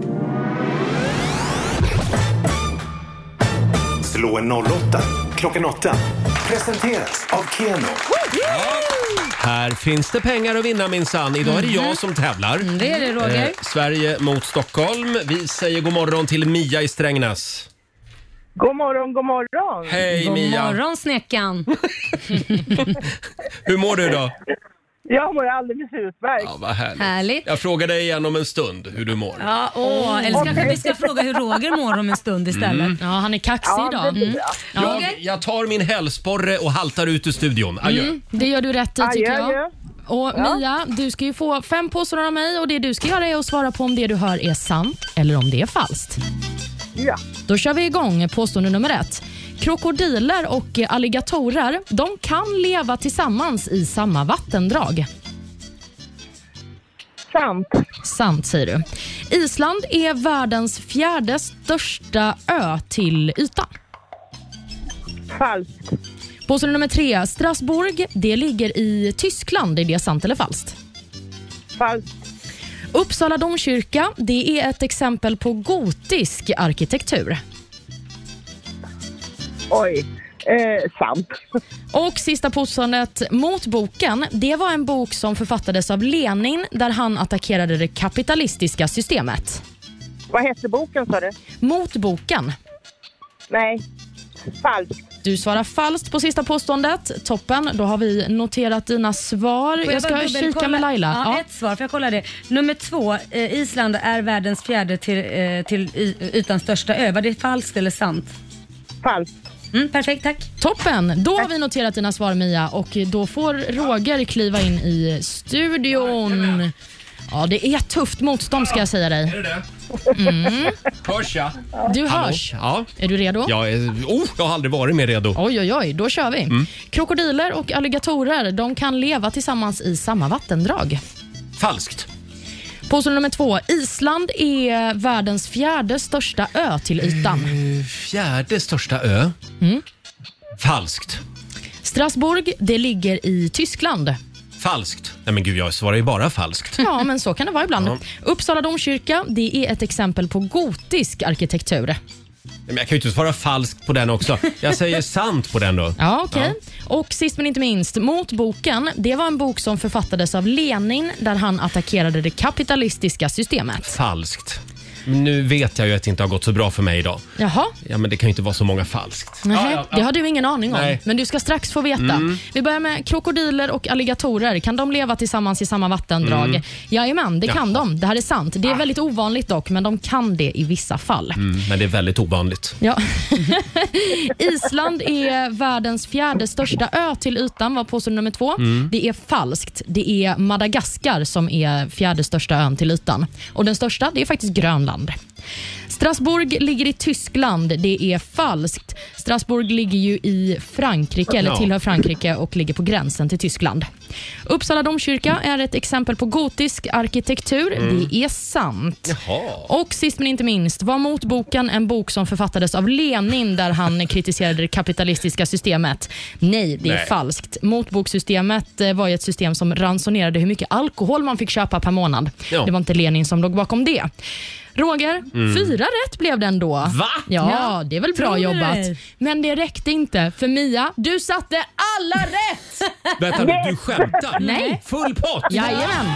Slå en noll åtta klockan åtta. Presenteras av Keno. Här finns det pengar att vinna minsann. Idag är det jag som tävlar. Mm, det är det, Roger. Eh, Sverige mot Stockholm. Vi säger god morgon till Mia i Strängnäs. God morgon, god morgon. Hej God Mia. morgon snäckan. Hur mår du då? Jag mår alldeles utmärkt. Ja, vad härligt. Härligt. Jag frågar dig igen om en stund hur du mår. Ja, åh, eller kanske vi ska fråga hur Roger mår om en stund istället. Mm. Ja, han är kaxig Ja, idag. det blir Mm. bra. Jag, Roger? jag tar min hälsporre och haltar ut ur studion. Adjö. Mm, det gör du rätt i tycker Adjö, jag. adjö. Och Mia, du ska ju få fem påsar av mig och det du ska göra är att svara på om det du hör är sant eller om det är falskt. Ja. Då kör vi igång påstående nummer ett. Krokodiler och alligatorer, de kan leva tillsammans i samma vattendrag. Sant. Sant säger du. Island är världens fjärde största ö till ytan. Falskt. Påstående nummer tre. Strasbourg, det ligger i Tyskland. Är det sant eller falskt? Falskt. Uppsala domkyrka, det är ett exempel på gotisk arkitektur. Oj, eh, sant. Och sista påståendet. Motboken, det var en bok som författades av Lenin där han attackerade det kapitalistiska systemet. Vad hette boken, sa du? Motboken. Nej, falskt. Du svarar falskt på sista påståendet. Toppen, då har vi noterat dina svar. Får Jag ska bara kika dubbelkolla? med Laila. Ja, Ja. ett svar, för jag kolla det. Nummer två, eh, Island är världens fjärde till, eh, till y- ytans största ö. Var det falskt eller sant? Falskt. Mm, perfekt, tack. Toppen, då har vi noterat dina svar, Mia. Och då får Roger kliva in i studion. Ja, det är tufft motstånd, ska jag säga dig. Är det det? Mm. Hörs jag? Du Hallå? hörs. Ja. Är du redo? Jag, är, oh, jag har aldrig varit mer redo. Oj, oj, oj. Då kör vi. Mm. Krokodiler och alligatorer, de kan leva tillsammans i samma vattendrag. Falskt. Påstående nummer två. Island är världens fjärde största ö till ytan. Uh, fjärde största ö? Mm. Falskt. Strasbourg, det ligger i Tyskland. Falskt. Nej men gud, jag svarar ju bara falskt. Ja, men så kan det vara ibland. Ja. Uppsala domkyrka, det är ett exempel på gotisk arkitektur. Men jag kan ju inte svara falskt på den också. Jag säger sant på den då. Ja, okej. Okay. Och sist men inte minst, Motboken, det var en bok som författades av Lenin där han attackerade det kapitalistiska systemet. Falskt. Men nu vet jag ju att det inte har gått så bra för mig idag. Jaha. Ja, men det kan ju inte vara så många falskt. Nej, ja, ja, ja. Det har du ingen aning om. Nej. Men du ska strax få veta. Mm. Vi börjar med krokodiler och alligatorer. Kan de leva tillsammans i samma vattendrag? Mm. Jajamän, det kan Jaha. de. Det här är sant. Det är väldigt ovanligt dock, men de kan det i vissa fall. Mm, men det är väldigt ovanligt. Ja. Island är världens fjärde största ö till ytan, var påstående nummer två. Mm. Det är falskt. Det är Madagaskar som är fjärde största ön till ytan. Och den största, det är faktiskt Grönland. Strasbourg ligger i Tyskland. Det är falskt. Strasbourg ligger ju i Frankrike, eller tillhör Frankrike och ligger på gränsen till Tyskland. Uppsala domkyrka är ett exempel på gotisk arkitektur. Mm. Det är sant. Jaha. Och sist men inte minst var Motboken en bok som författades av Lenin där han kritiserade det kapitalistiska systemet. Nej, det är Nej. falskt. Motbokssystemet eh, var ju ett system som ransonerade hur mycket alkohol man fick köpa per månad. Ja. Det var inte Lenin som låg bakom det. Roger, Mm. fyra rätt blev den då. Va? Ja, Ja, det är väl bra tror du jobbat. det? Men det räckte inte. För Mia, du satte alla rätt! Vänta, du, du skämtar? Nej. Full pott? Jajamän.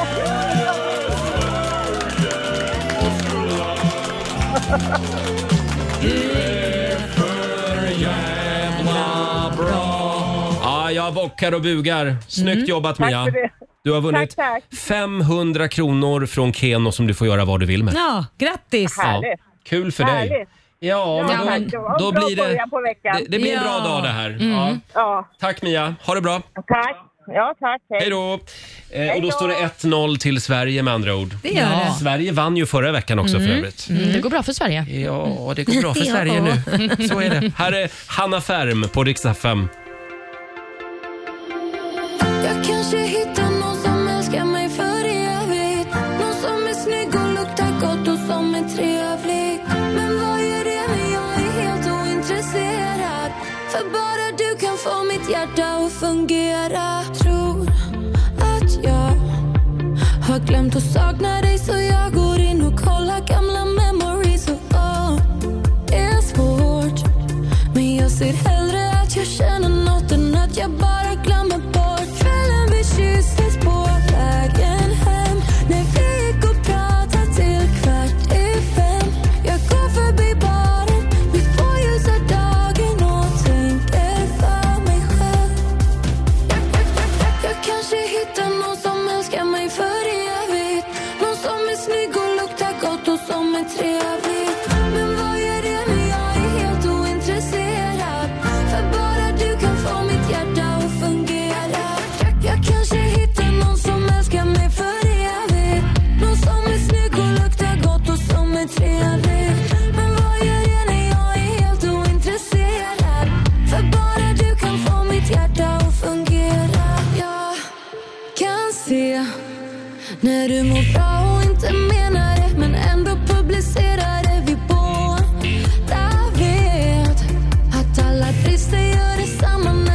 Ja, jag bockar och bugar. Snyggt Mm. jobbat, Tack Mia. för det. Du har vunnit Tack, femhundra kronor från Keno som du får göra vad du vill med. Ja, grattis. Härligt. Kul för dig. Härligt. Ja, Ja, men tack. Det då, var en då bra blir det, början på veckan. det, det blir en bra Ja. dag det här. Mm. Ja. Ja, Tack Mia, ha det bra. tack. Ja, tack. Hej då. Eh, och då då. står det ett noll till Sverige med andra ord. Det gör Ja. det. Sverige vann ju förra veckan också för övrigt. Mm, det går bra för Sverige. Ja, det går bra för Sverige nu. Så är det. Här är Hanna Färm på Rix F M. Jag kanske hittar någon som älskar mig för evigt. Någon som är snygg och luktar gott och som är trevlig. Men vad gör det när jag är helt ointresserad? För bara du kan få mitt hjärta att fungera. Tror att jag har glömt att sakna dig, så jag går in och kollar gamla memories. Och oh, det är svårt, men jag ser hellre att jag känner något än att jag bara glömmer bort. Kvällen vi kysstes på vägen hem, när vi gick och pratade till kvart i fem. Jag går förbi baren mitt på ljusa dagen och tänker för mig själv. Jag kanske hittar någon som älskar mig för evigt. Någon som är snygg och luktar gott och som är trevlig. Men vad gör det när jag är helt ointresserad? För bara du kan få mitt hjärta att fungera. Jag kanske hittar någon som älskar mig för evigt. Någon som är snygg och luktar gott och som är trevlig. Men vad gör det när jag är helt ointresserad? För bara du kan få mitt hjärta att fungera. Jag kan se när du mår bra och inte menar det, men ändå publicerar det. Vi båda vet att alla brister gör detsamma när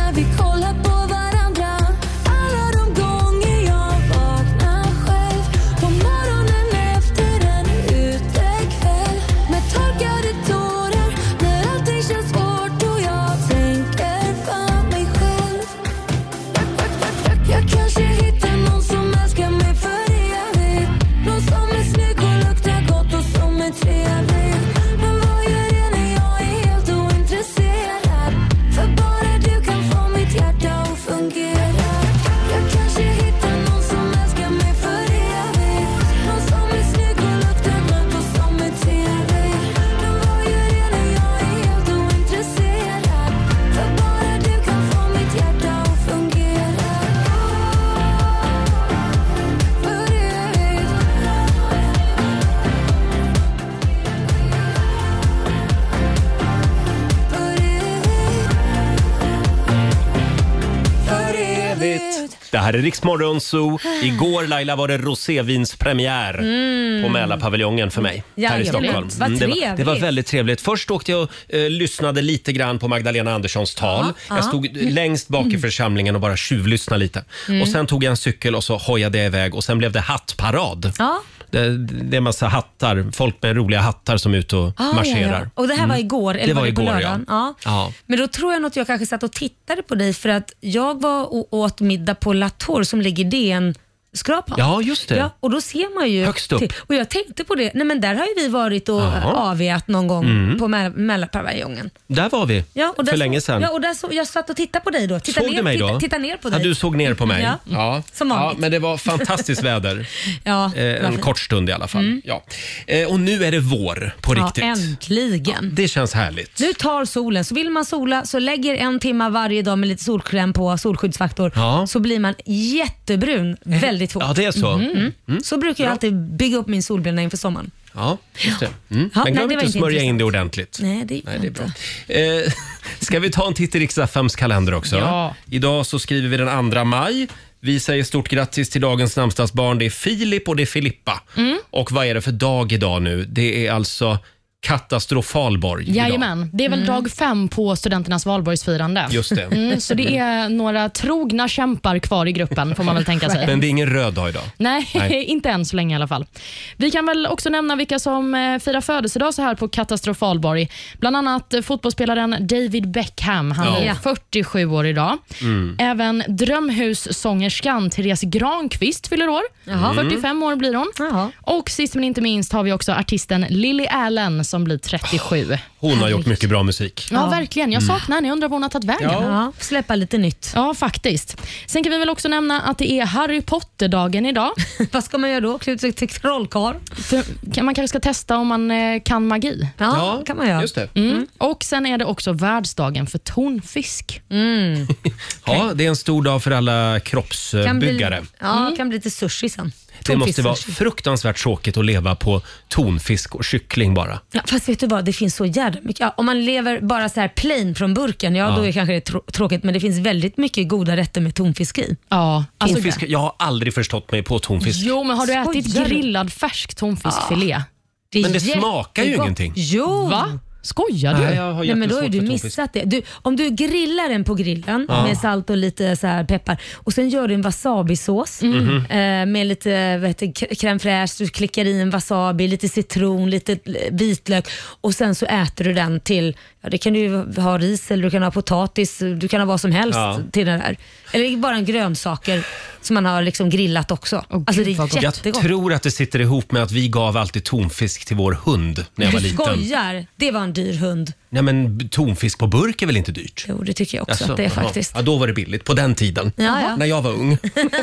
Det här är Rix Morgon Zoo. Igår, Laila, var det rosévinspremiär Mm. på Mälarpaviljongen för mig här i Jajamän. Stockholm. Vad det, var, trevligt. det var väldigt trevligt. Först åkte jag och eh, lyssnade lite grann på Magdalena Anderssons tal. Ja, Jag ja. stod längst bak i församlingen och bara tjuvlyssnade lite. Mm. Och sen tog jag en cykel och så hojade jag iväg och sen blev det hattparad. Ja. Det, det är massa hattar, folk med roliga hattar som är ute och Ah, marscherar. ja, ja. Och det här var igår, eller Det var var det på igår, lördagen? ja. Ja. Ja. Men då tror jag nog att jag kanske satt och tittade på dig för att jag var och åt middag på Latour som ligger i D N-skrapan. Ja, just det. Ja, och då ser man ju... Högst upp. Till, och jag tänkte på det, nej men där har ju vi varit och Jaha. avgät någon gång Mm. på Mä- Mälarpaviljongen. Där var vi, Ja, och där för så, länge sedan. Ja, och där så, jag satt och tittade på dig då. Titta Såg ner, du mig titta, då? Titta ner på Ja, dig. du såg ner på mig. Ja. Ja. Som ja, vanligt. men det var fantastiskt väder. Ja, Eh, vad en fint. kort stund i alla fall. Mm. Ja. Eh, och nu är det vår på Ja, riktigt. äntligen. Det känns härligt. Nu tar solen, så vill man sola så lägger en timma varje dag med lite solkräm på, solskyddsfaktor, Ja. så blir man jättebrun väldigt fort. Ja, det är så. Mm. Mm. Så brukar jag Bra. alltid bygga upp min solbränna inför sommaren. Ja, just det. Mm. Ja, Men nej, glöm det var inte att inte smörja in intressant. det ordentligt. Nej, det, Nej, det är bra. Eh, ska vi ta en titt i Rix F M:s kalender också? Ja. Idag så skriver vi den andra maj. Vi säger stort grattis till dagens namnsdagsbarn. Det är Filip och det är Filippa. Mm. Och vad är det för dag idag nu? Det är alltså katastrofalborg idag. Jajamän, det är väl dag fem på studenternas valborgsfirande. Just det. Mm, så det är några trogna kämpar kvar i gruppen får man väl tänka sig. Men det är ingen röd dag idag. Nej, Nej. inte än så länge i alla fall. Vi kan väl också nämna vilka som eh, firar födelsedag så här på katastrofalborg. Bland annat eh, fotbollsspelaren David Beckham. Han Ja. är fyrtiosju år idag. Mm. Även drömhussångerskan Therese Granqvist fyller år. Jaha. fyrtiofem år blir hon. Jaha. Och sist men inte minst har vi också artisten Lily Allen som blir trettiosju. Hon har gjort mycket bra musik. Ja, verkligen. Jag saknar henne. Jag undrar var hon har tagit vägen. Ja. Ja, släppa lite nytt. Ja, faktiskt. Sen kan vi väl också nämna att det är Harry Potter-dagen idag. Vad ska man göra då? Klä ut sig till trollkarl? För, kan- man kanske ska testa om man eh, kan magi. Ja, Ja, kan man göra. Just det. Mm. Och sen är det också världsdagen för tonfisk. Mm. Ja, det är en stor dag för alla Kan bli, kroppsbyggare. ja, kan bli lite sushi sen. Det måste vara Tonfisksushi. fruktansvärt tråkigt att leva på tonfisk och kyckling bara. Ja, fast vet du vad, det finns så jävla mycket. Ja, om man lever bara så här plain från burken, ja, Ja. då är kanske det trå- tråkigt. Men det finns väldigt mycket goda rätter med tonfisk i. Ja, alltså, Tonfisk, jag har aldrig förstått mig på tonfisk. jo, men har du ätit Skojar du? grillad färsk tonfiskfilé? Det är Men det smakar ju jättegott. ingenting. Jo! Va? Skojar du? Nej, jag har Nej, men då har ju jättesvårt du för tonfisk. missat det. Du, om du grillar den på grillen Ja. med salt och lite så här peppar och sen gör du en wasabisås Mhm. eh, med lite vad heter, det, crème fraîche, du klickar i en wasabi, lite citron, lite eh, vitlök och sen så äter du den till, ja, det kan du ju ha ris eller du kan ha potatis, du kan ha vad som helst Ja. till den där. Eller bara en grönsaker som man har liksom grillat också. Åh, alltså gud, det är vad gott. Jag jättegott. tror att det sitter ihop med att vi gav alltid tonfisk till vår hund när jag var Du liten. skojar, det var en dyr hund. Nej, men tonfisk på burk är väl inte dyrt? Jo, det tycker jag också Jaså, att det är jaha. faktiskt. Ja, då var det billigt. På den tiden. Ja, ja. När jag var ung.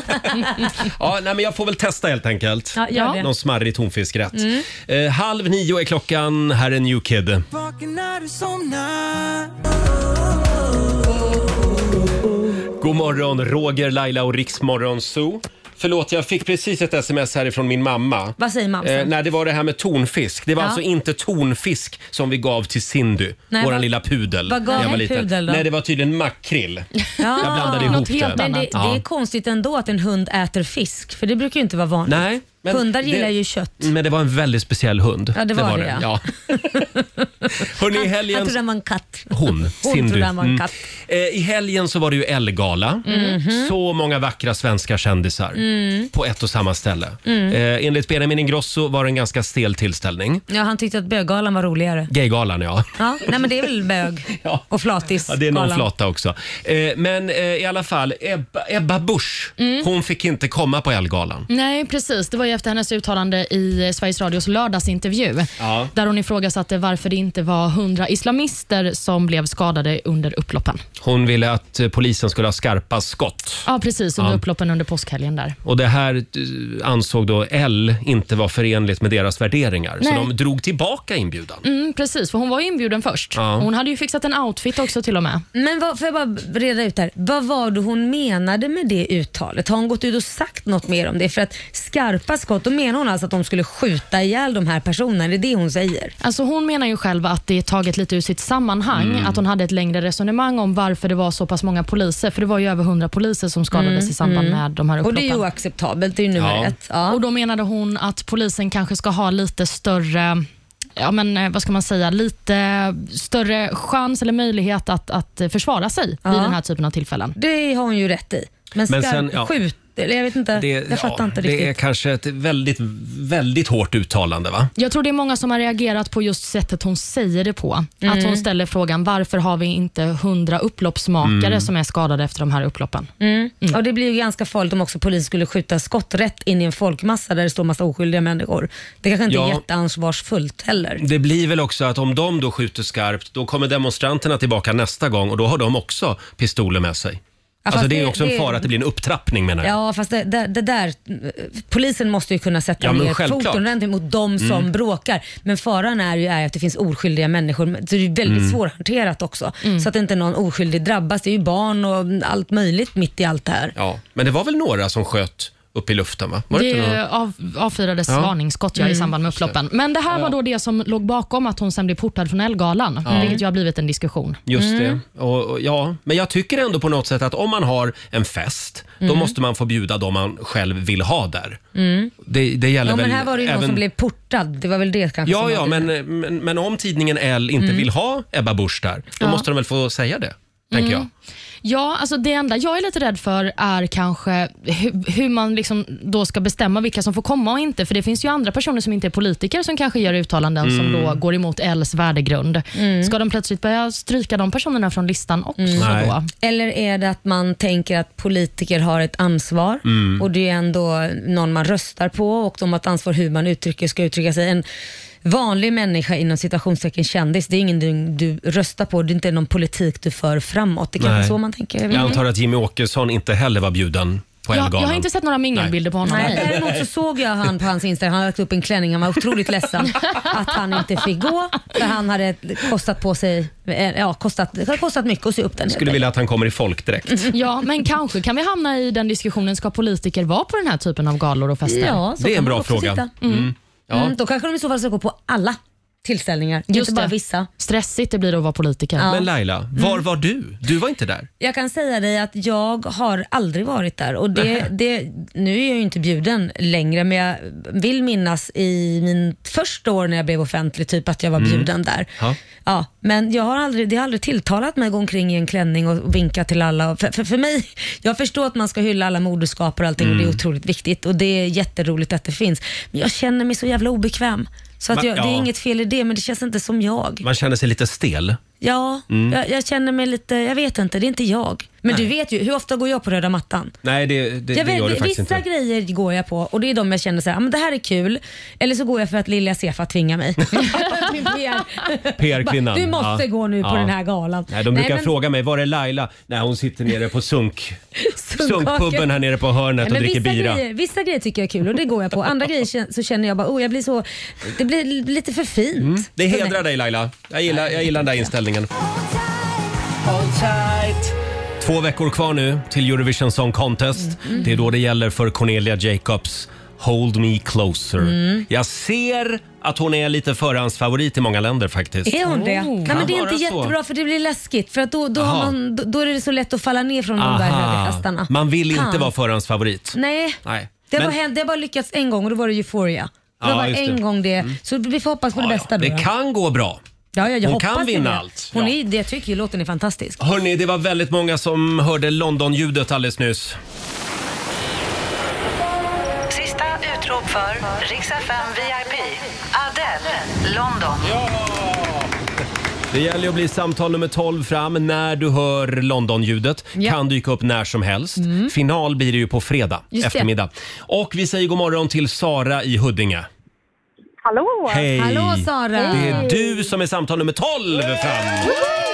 Ja, nej, men jag får väl testa helt enkelt. Ja, gör det. Någon smarrig tonfiskrätt. Mm. Eh, halv nio är klockan. Här är New Kid. God morgon, Roger, Laila och Riksmorgon Zoo. Förlåt, jag fick precis ett sms härifrån min mamma. Vad säger mamma? Eh, nej, det var det här med tonfisk. Det var Ja. alltså inte tonfisk som vi gav till Cindy, Nej, våran vad- lilla pudel. vad gav när jag var ni liten. pudel då? Nej, det var tydligen makrill. Ja, Jag blandade ihop något helt det. Men det, det Ja. är konstigt ändå att en hund äter fisk, för det brukar ju inte vara vanligt. Nej, men Hundar det- gillar ju kött. Men det var en väldigt speciell hund. Ja, det var det, ja. Hörrni, i Han helgen... trodde han var en katt. Hon, Hon Cindy. trodde han var en Mm. katt. Eh, I helgen så var det ju Elle-gala. Mhm. Så många vackra svenska kändisar Mm. på ett och samma ställe. Mm. Eh, enligt Benjamin Ingrosso var det en ganska stel tillställning. Ja, han tyckte att böggalan var roligare. Gaygalan, ja. Ja, nej men det är väl bög och flatis. Ja, det är någon galan. flata också. Eh, men eh, i alla fall, Ebba, Ebba Busch, Mm. hon fick inte komma på Elle-galan. Nej, precis. Det var ju efter hennes uttalande i Sveriges Radios lördagsintervju. Ja. Där hon ifrågasatte varför det inte var hundra islamister som blev skadade under upploppen. Hon ville att eh, polisen skulle ha skarpa skott. Ja, precis. Under Ja. upploppen under påskhelgen där. Och det här eh, ansåg då L inte var förenligt med deras värderingar. Nej. Så de drog tillbaka inbjudan. Mm, precis, för hon var ju inbjuden först. Ja. Hon hade ju fixat en outfit också till och med. Men vad, får jag bara reda ut här. Vad var det hon menade med det uttalet? Har hon gått ut och sagt något mer om det? För att skarpa skott. Då menar hon alltså att de skulle skjuta ihjäl de här personerna. Det är det hon säger. Alltså hon menar ju själv att det är taget lite ur sitt sammanhang. Mm. Att hon hade ett längre resonemang om varför det var så pass många poliser. För det var ju över hundra poliser som skadades Mm, i samband mm. med de här upploppen. Och det är ju oacceptabelt, det är ju nummer Ja. ett. Ja. Och då menade hon att polisen kanske ska ha lite större, ja men vad ska man säga, lite större chans eller möjlighet att, att försvara sig Ja. vid den här typen av tillfällen. Det har hon ju rätt i. Men ska Men sen, ja. skjut, eller jag vet inte, Det, jag fattar ja, inte det riktigt. är kanske ett väldigt, väldigt hårt uttalande, va? Jag tror det är många som har reagerat på just sättet hon säger det på. Mm. Att hon ställer frågan, varför har vi inte hundra upploppsmakare Mm. som är skadade efter de här upploppen? Mm. Och det blir ju ganska farligt om också polisen skulle skjuta skott rätt in i en folkmassa där det står massa oskyldiga människor. Det kanske inte Ja. är jätteansvarsfullt heller. Det blir väl också att om de då skjuter skarpt, då kommer demonstranterna tillbaka nästa gång och då har de också pistoler med sig. Alltså fast det är det- också en det- fara att det blir en upptrappning, menar jag. Ja, fast det, det, det där, polisen måste ju kunna sätta Ja, men ner självklart. foten ordentligt mot de som Mm. bråkar. Men faran är ju är att det finns oskyldiga människor. Så det är väldigt Mm. svårhanterat också. Så att inte någon oskyldig drabbas. Det är ju barn och allt möjligt mitt i allt det här. Ja, men det var väl några som sköt upp i luften, va? Var det inte Det några? av, avfyrades Ja. varningsskott ja, i Mm. samband med upploppen. Men det här var då det som låg bakom att hon sen blev portad från Ellegalan, Ja. vilket ju har blivit en diskussion. Just Mm. det. Och, och, ja, men jag tycker ändå på något sätt att om man har en fest, då Mm. måste man få bjuda dem man själv vill ha där. Mm. Det, det gäller Ja, väl men här var det ju någon även... som blev portad. Det var väl det kanske Ja, som ja, var det. men, men, men om tidningen Elle inte Mm. vill ha Ebba Busch där, då Ja. måste de väl få säga det, tänker jag. Mm. Ja, alltså det enda jag är lite rädd för är kanske hur, hur man liksom då ska bestämma vilka som får komma och inte. För det finns ju andra personer som inte är politiker som kanske gör uttalanden Mm. som då går emot Ells värdegrund. Mm. Ska de plötsligt börja stryka de personerna från listan också Mm. då? Eller är det att man tänker att politiker har ett ansvar Mm. och det är ändå någon man röstar på och de har ett ansvar hur man uttrycker, ska uttrycka sig. En vanlig människa inom citationstecken kändis, det är ingen du, du röstar på, det är inte någon politik du för framåt. Det är kanske Nej. så man tänker. Jag vet Jag inte. antar att Jimmy Åkesson inte heller var bjuden på Jag, Ellegalan. jag har inte sett några mingelbilder på honom. Nej, däremot så såg jag han på hans Instagram, han hade lagt upp en klänning, han var otroligt ledsen att han inte fick gå för han hade kostat på sig, eh, ja kostat, det har kostat mycket att se upp den. Skulle vilja att han kommer i folkdräkt. Ja, men kanske kan vi hamna i den diskussionen, ska politiker vara på den här typen av galor och fester? Ja, så Det är kan en man bra också fråga. sitta. Mm. Mm. Ja. Mm, då kanske de i så fall ska gå på alla tillställningar, Just inte bara det. vissa. Stressigt det blir att vara politiker. Ja. Men Laila, var Mm. var du? Du var inte där. Jag kan säga dig att jag har aldrig varit där och det, det, nu är jag ju inte bjuden längre, men jag vill minnas i min första år när jag blev offentlig typ att jag var Mm. bjuden där. Ja. Ja, men jag har aldrig, det har aldrig tilltalat mig att gå omkring i en klänning och vinka till alla. För, för, för mig, jag förstår att man ska hylla alla moderskap och allting och det är Mm. otroligt viktigt och det är jätteroligt att det finns. Men jag känner mig så jävla obekväm. Så att Men, jag, det är ja. inget fel i det, men det känns inte som jag. Man känner sig lite stel. Ja, Mm. jag, jag känner mig lite, jag vet inte, det är inte jag. Men Nej. du vet ju, hur ofta går jag på röda mattan? Nej, det, det, jag det vet, gör du faktiskt vissa inte. grejer går jag på och det är de jag känner så här, ah, men det här är kul. Eller så går jag för att Lilja Sefa tvingar mig. Min P R. P R-kvinnan. Du måste Ja. gå nu på Ja. den här galan. Nej, de brukar men- fråga mig, var är Laila? Nej, hon sitter nere på sunk. Sunkhaken. Sunkpubben här nere på hörnet Nej, och men dricker vissa bira. Grejer, vissa grejer tycker jag är kul och det går jag på. Andra grejer kän- så känner jag bara, oh, jag blir så, det blir lite för fint. Mm. Det för mig. hedrar dig Laila. Jag gillar, jag gillar den där inställningen. Två veckor kvar nu till Eurovision Song Contest. Mm. Det är då det gäller för Cornelia Jacobs Hold Me Closer. Mm. Jag ser att hon är lite förhandsfavorit i många länder faktiskt. Är hon det? Kan Nej, men det är vara inte så. jättebra för det blir läskigt. För att då, då, Aha. har man, då, då är det så lätt att falla ner från de där höga hästarna. Man vill inte Fan. vara förhandsfavorit. Nej, Nej. det har, Men- bara hänt, det har bara lyckats en gång och då var det Euphoria. Det Ja, var bara just det. en gång det. Mm. Så vi får hoppas på det bästa då. Det då. kan gå bra. Ja, ja, jag Hon hoppas kan det. vinna allt. Hon Ja. är, det jag tycker ju låten är fantastisk. Hörrni, det var väldigt många som hörde London-ljudet alldeles nyss. Sista utrop för Rix F M V I P. Adele, London. Det gäller ju att bli samtal nummer tolv fram när du hör London-ljudet. Ja. Kan dyka upp när som helst. Mm. Final blir det ju på fredag Just det. eftermiddag. Och vi säger god morgon till Sara i Huddinge. Hallå! Hej! Hallå Sara! Det är du som är samtal nummer tolv fram.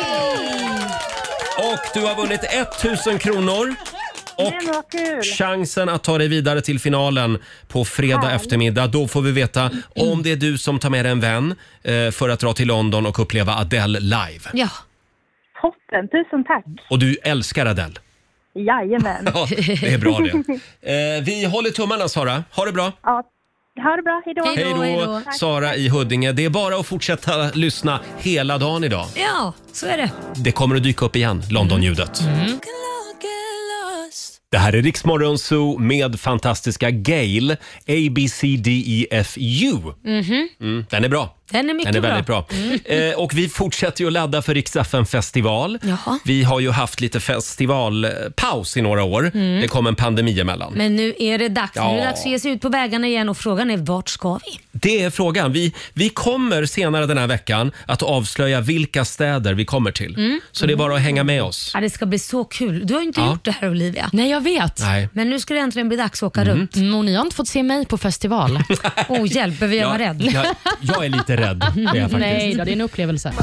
Och du har vunnit tusen kronor. Och Men vad kul! chansen att ta dig vidare till finalen på fredag Härligt. eftermiddag. Då får vi veta om det är du som tar med dig en vän eh, för att dra till London och uppleva Adele live. Ja. Toppen, tusen tack! Och du älskar Adele. Jajamän. Ja, det är bra det. Eh, vi håller tummarna Sara. Ha det bra. Ja, Ha det bra, hej då. Hej då, Sara i Huddinge. Det är bara att fortsätta lyssna hela dagen idag. Ja, så är det. Det kommer att dyka upp igen, London-ljudet. Mm. Det här är Riksmorgon Zoo med fantastiska Gail, A B C D E F U. Mhm. Mm, den är bra. Den är mycket Den är väldigt bra. bra. Eh, och vi fortsätter ju att ladda för Rix F M festival. Jaha. Vi har ju haft lite festivalpaus i några år. Mm. Det kom en pandemi emellan. Men nu är det dags. Ja. Nu är det dags att ge sig ut på vägarna igen och frågan är vart ska vi? Det är frågan. Vi, vi kommer senare den här veckan att avslöja vilka städer vi kommer till. Mm. Så det är bara att hänga med oss. Ja, det ska bli så kul. Du har ju inte Ja. gjort det här, Olivia. Nej, jag vet. Nej. Men nu ska det äntligen bli dags att åka Mm. runt. Mm, och ni har inte fått se mig på festival. Åh, hjälp, behöver jag Ja, vara rädd? jag, jag är lite rädd. Det är jag faktiskt. Nej då, det är en upplevelse.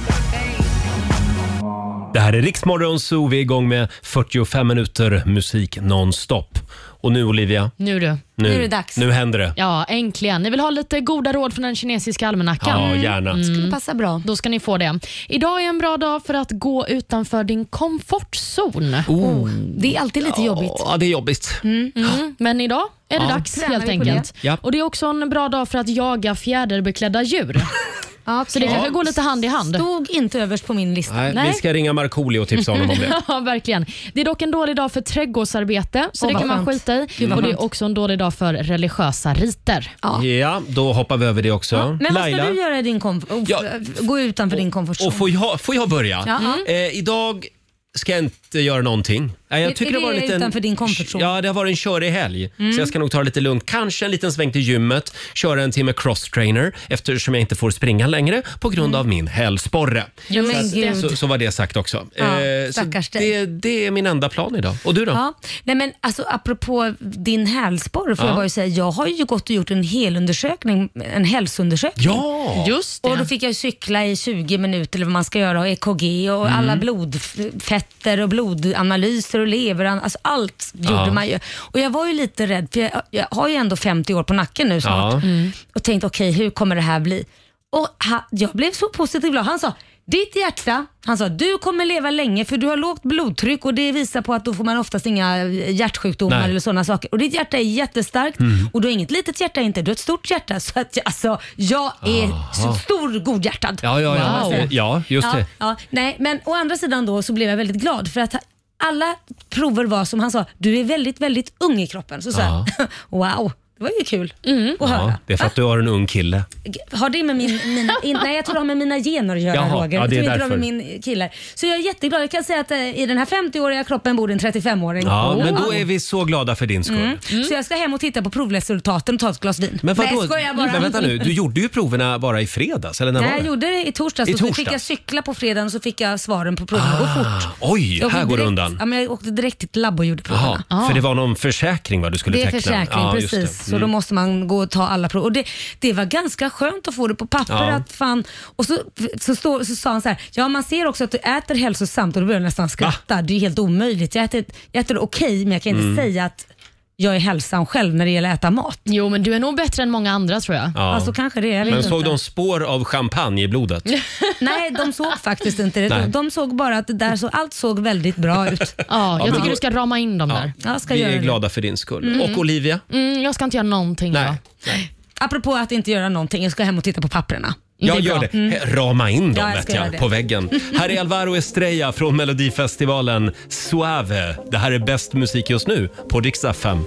Det här är Riksmorgon Zoo. Vi är igång med fyrtiofem minuter musik nonstop. Och nu Olivia, Nu du. nu, Nu är det dags. nu händer det. Ja, äntligen. Ni vill ha lite goda råd från den kinesiska almanackan? Ja, gärna. Mm. Skulle passa bra. Då ska ni få det. Idag är en bra dag för att gå utanför din komfortzon. Oh. Det är alltid lite jobbigt. Ja, det är jobbigt. Mm. Mm. Men idag är det Ja. dags Tränar helt vi på enkelt. det? Ja. Och det är också en bra dag för att jaga fjäderbeklädda djur. Så det kanske går lite hand i hand. Stod inte överst på min lista. Nej, vi ska ringa Markoolio och tipsa honom om det. Ja, verkligen. Det är dock en dålig dag för trädgårdsarbete, så Åh, det vad kan man skönt. skita i. Gud, vad Och det är skönt. också en dålig dag för religiösa riter. Ja. Ja, då hoppar vi över det också. Men vad ska Laila, du göra i din komfort? Ja. Gå utanför din komfortzon. och får jag, får jag börja? Ja. Mm. Eh, idag ska jag inte göra någonting. Nej, jag Är- tycker är det var det lite en- utanför din komfortzon? Ja, det har varit en körig helg. Mm. Så jag ska nog ta det lite lugnt. Kanske en liten sväng till gymmet. Köra en timme cross-trainer eftersom jag inte får springa längre på grund av min hälsporre. Ja, men så, gud. så, så var det sagt också. Ja, Eh, så stackars dig. det, det är min enda plan idag. Och du då? Ja. Nej, men alltså, apropå din hälsporre får Ja. jag bara säga, jag har ju gått och gjort en helundersökning, en hälsoundersökning. Ja! Just det. Och då fick jag cykla i tjugo minuter eller vad man ska göra och E K G och Mm. alla blodfetter och blodanalyser och lever, alltså allt gjorde Ja. man ju. Och jag var ju lite rädd för jag, jag har ju ändå femtio år på nacken nu snart. Ja. Mm. Och tänkte okej, hur kommer det här bli? Och ha, jag blev så positiv glad. Han sa, ditt hjärta, han sa, du kommer leva länge för du har lågt blodtryck och det visar på att då får man oftast inga hjärtsjukdomar Nej. eller sådana saker. Och ditt hjärta är jättestarkt Mm. och du har inget litet hjärta inte, du har ett stort hjärta. Så att jag- alltså, jag är Aha. stor godhjärtad. Ja, ja, ja. Wow. Eh, ja just ja, det. Ja, nej, men å andra sidan då så blev jag väldigt glad för att alla prover var som han sa, du är väldigt, väldigt ung i kroppen. Så sa Ja. jag, wow, det var ju kul att höra. Ja, det är för att du har en ung kille. Har det med min, mina, in, nej jag tror det har med mina gener att göra, Jaha, Roger. ja, det är jag tror inte det har därför. med min kille. Så jag är jätteglad. Jag kan säga att eh, i den här femtio-åriga kroppen bor en trettiofem-åring. Ja, men då Ja. är vi så glada för din skull. Mm. Mm. Så jag ska hem och titta på provresultaten och ta ett glas vin. Men vadå? Nej, skojar bara. Men vänta nu, du gjorde ju proverna bara i fredags, eller när Nej, var jag det? gjorde det i torsdags I och så torsdags? fick jag cykla på fredagen och så fick jag svaren på proven. Det går fort. Oj, Jag åkte här går det direkt- undan. Ja, men jag åkte direkt till ett labb och gjorde proverna. Jaha, för det var någon försäkring va, du skulle Det är teckna? försäkring, Ja, just det. precis. Så Mm. då måste man gå och ta alla prov. Och det, det var ganska skönt att få det på papper. Ja. Att fan, och så, så, stå, så sa han så här, ja man ser också att du äter hälsosamt och då börjar jag nästan skratta. Det är ju helt omöjligt. Jag äter, jag äter okej, men jag kan inte Mm. säga att jag är hälsam själv när det gäller att äta mat. Jo, men du är nog bättre än många andra tror jag. Ja. Alltså kanske det, jag vet Men såg inte. de spår av champagne i blodet? Nej, de såg faktiskt inte det. Nej. De, de såg bara att det där så, allt såg väldigt bra ut. Ja, jag men tycker då- du ska rama in dem där. Jag ska Vi göra är det. glada för din skull. Mm. Och Olivia? Mm, jag ska inte göra någonting Nej. idag. Apropå att inte göra någonting, jag ska hem och titta på papperna. Jag är gör bra. det. Mm. Rama in dem Ja, jag vet ska göra jag, det. på väggen. Här är Alvaro Estrella från Melodifestivalen Suave. Det här är bäst musik just nu på Rix F M.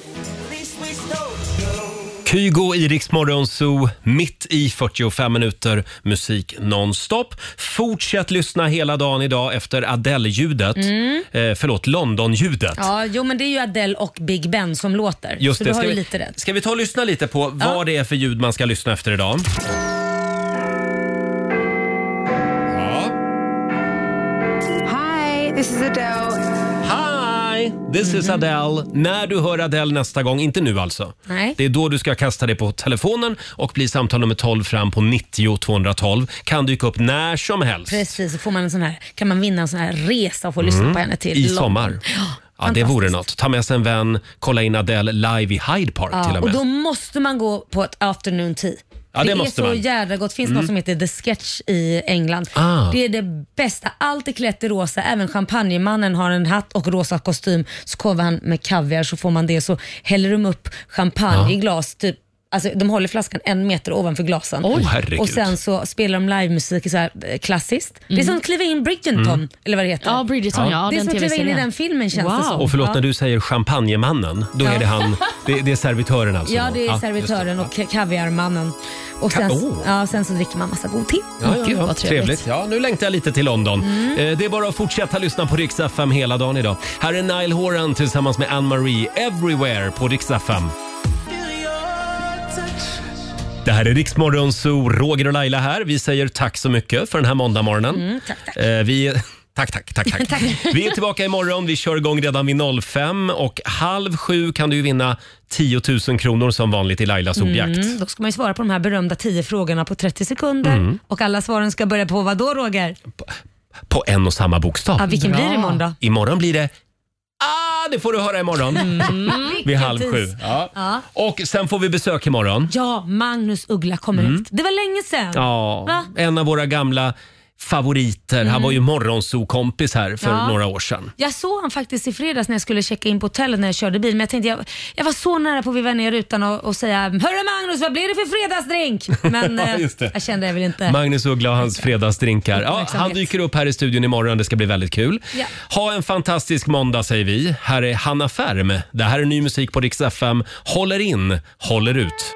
Kygo i Rix Morgon Zoo, mitt i fyrtiofem minuter musik nonstop. Fortsätt lyssna hela dagen idag efter Adele-ljudet. Mm. Eh, förlåt, London-ljudet. Ja, jo men det är ju Adele och Big Ben som låter. Just så det. du har Ska ju vi, lite rätt. ska vi ta och lyssna lite på vad det är för ljud man ska lyssna efter idag? Hi, this is Adele. Hi, this is Adele. När du hör Adele nästa gång, inte nu alltså. Nej. Det är då du ska kasta dig på telefonen och bli samtal nummer tolv fram på nittio tvåhundratolv. Kan dyka upp när som helst. Precis, så får man en sån här, kan man vinna en sån här resa och få lyssna Mm. på henne till I London. sommar. Ja, det vore något. Ta med sig en vän, kolla in Adele live i Hyde Park Ja, till och och med. då måste man gå på ett afternoon tea. Ja, det är måste så man. jävla gott. Det finns Mm. något som heter The Sketch i England. Ah. Det är det bästa. Allt är klätt i rosa. Även champagnemannen har en hatt och rosa kostym. Så kommer han med kaviar så får man det. Så häller de upp champagne Ja. i glas. Typ Alltså, de håller flaskan en meter ovanför glasen. Oj, herregud. Och sen så spelar de livemusik så här, eh, klassiskt. Det är som att kliva in Bridgerton, Mm. eller vad det heter. Ja, Bridgerton, ja. Det är den som att kliva in i tv-serien. den filmen, känns Wow. det som. Och förlåt, Ja. när du säger champagnemannen, då är Ja. det han, det, det är servitören alltså? Ja, det är just servitören och ka- kaviarmannen. Och sen, Ka- oh. ja, sen så dricker man massa god te. Ja, ja, Gud, ja. vad Trevligt. Ja, nu längtar jag lite till London. Mm. Eh, det är bara att fortsätta lyssna på Rix F M hela dagen idag. Här är Niall Horan tillsammans med Anne-Marie, Everywhere på Rix F M. Det här är Rix Morgon Zoo, Roger och Laila här. Vi säger tack så mycket för den här måndagmorgonen. Mm, tack, tack. Eh, vi... Tack, tack, tack, tack. Tack. Vi är tillbaka imorgon. Vi kör igång redan vid noll fem och halv sju kan du ju vinna tio tusen kronor som vanligt i Lailas ordjakt. Mm, då ska man ju svara på de här berömda tio frågorna på trettio sekunder. Mm. Och alla svaren ska börja på vad då, Roger? På en och samma bokstav. Ja, vilken blir det imorgon då? Imorgon blir det... Ah, det får du höra imorgon. Vid halv tis. sju. Ja. Ja. Och sen får vi besök imorgon. Ja, Magnus Uggla kommer Mm. hit. Det var länge sedan. Ja, Va? en av våra gamla favoriter. Han Mm. var ju morgonsokompis här för Ja. några år sedan. Jag såg han faktiskt i fredags när jag skulle checka in på hotellet när jag körde bil. Men jag tänkte, jag, jag var så nära på att veva ner rutan och, och säga hörru Magnus, vad blir det för fredagsdrink? Men Ja, eh, just det. jag kände jag väl inte. Magnus Uggla och hans fredagsdrinkar. Ja, Uppmärksamhet. han dyker upp här i studion imorgon. Det ska bli väldigt kul. Ja. Ha en fantastisk måndag säger vi. Här är Hanna Färm. Det här är ny musik på Rix F M. Håller in, håller ut.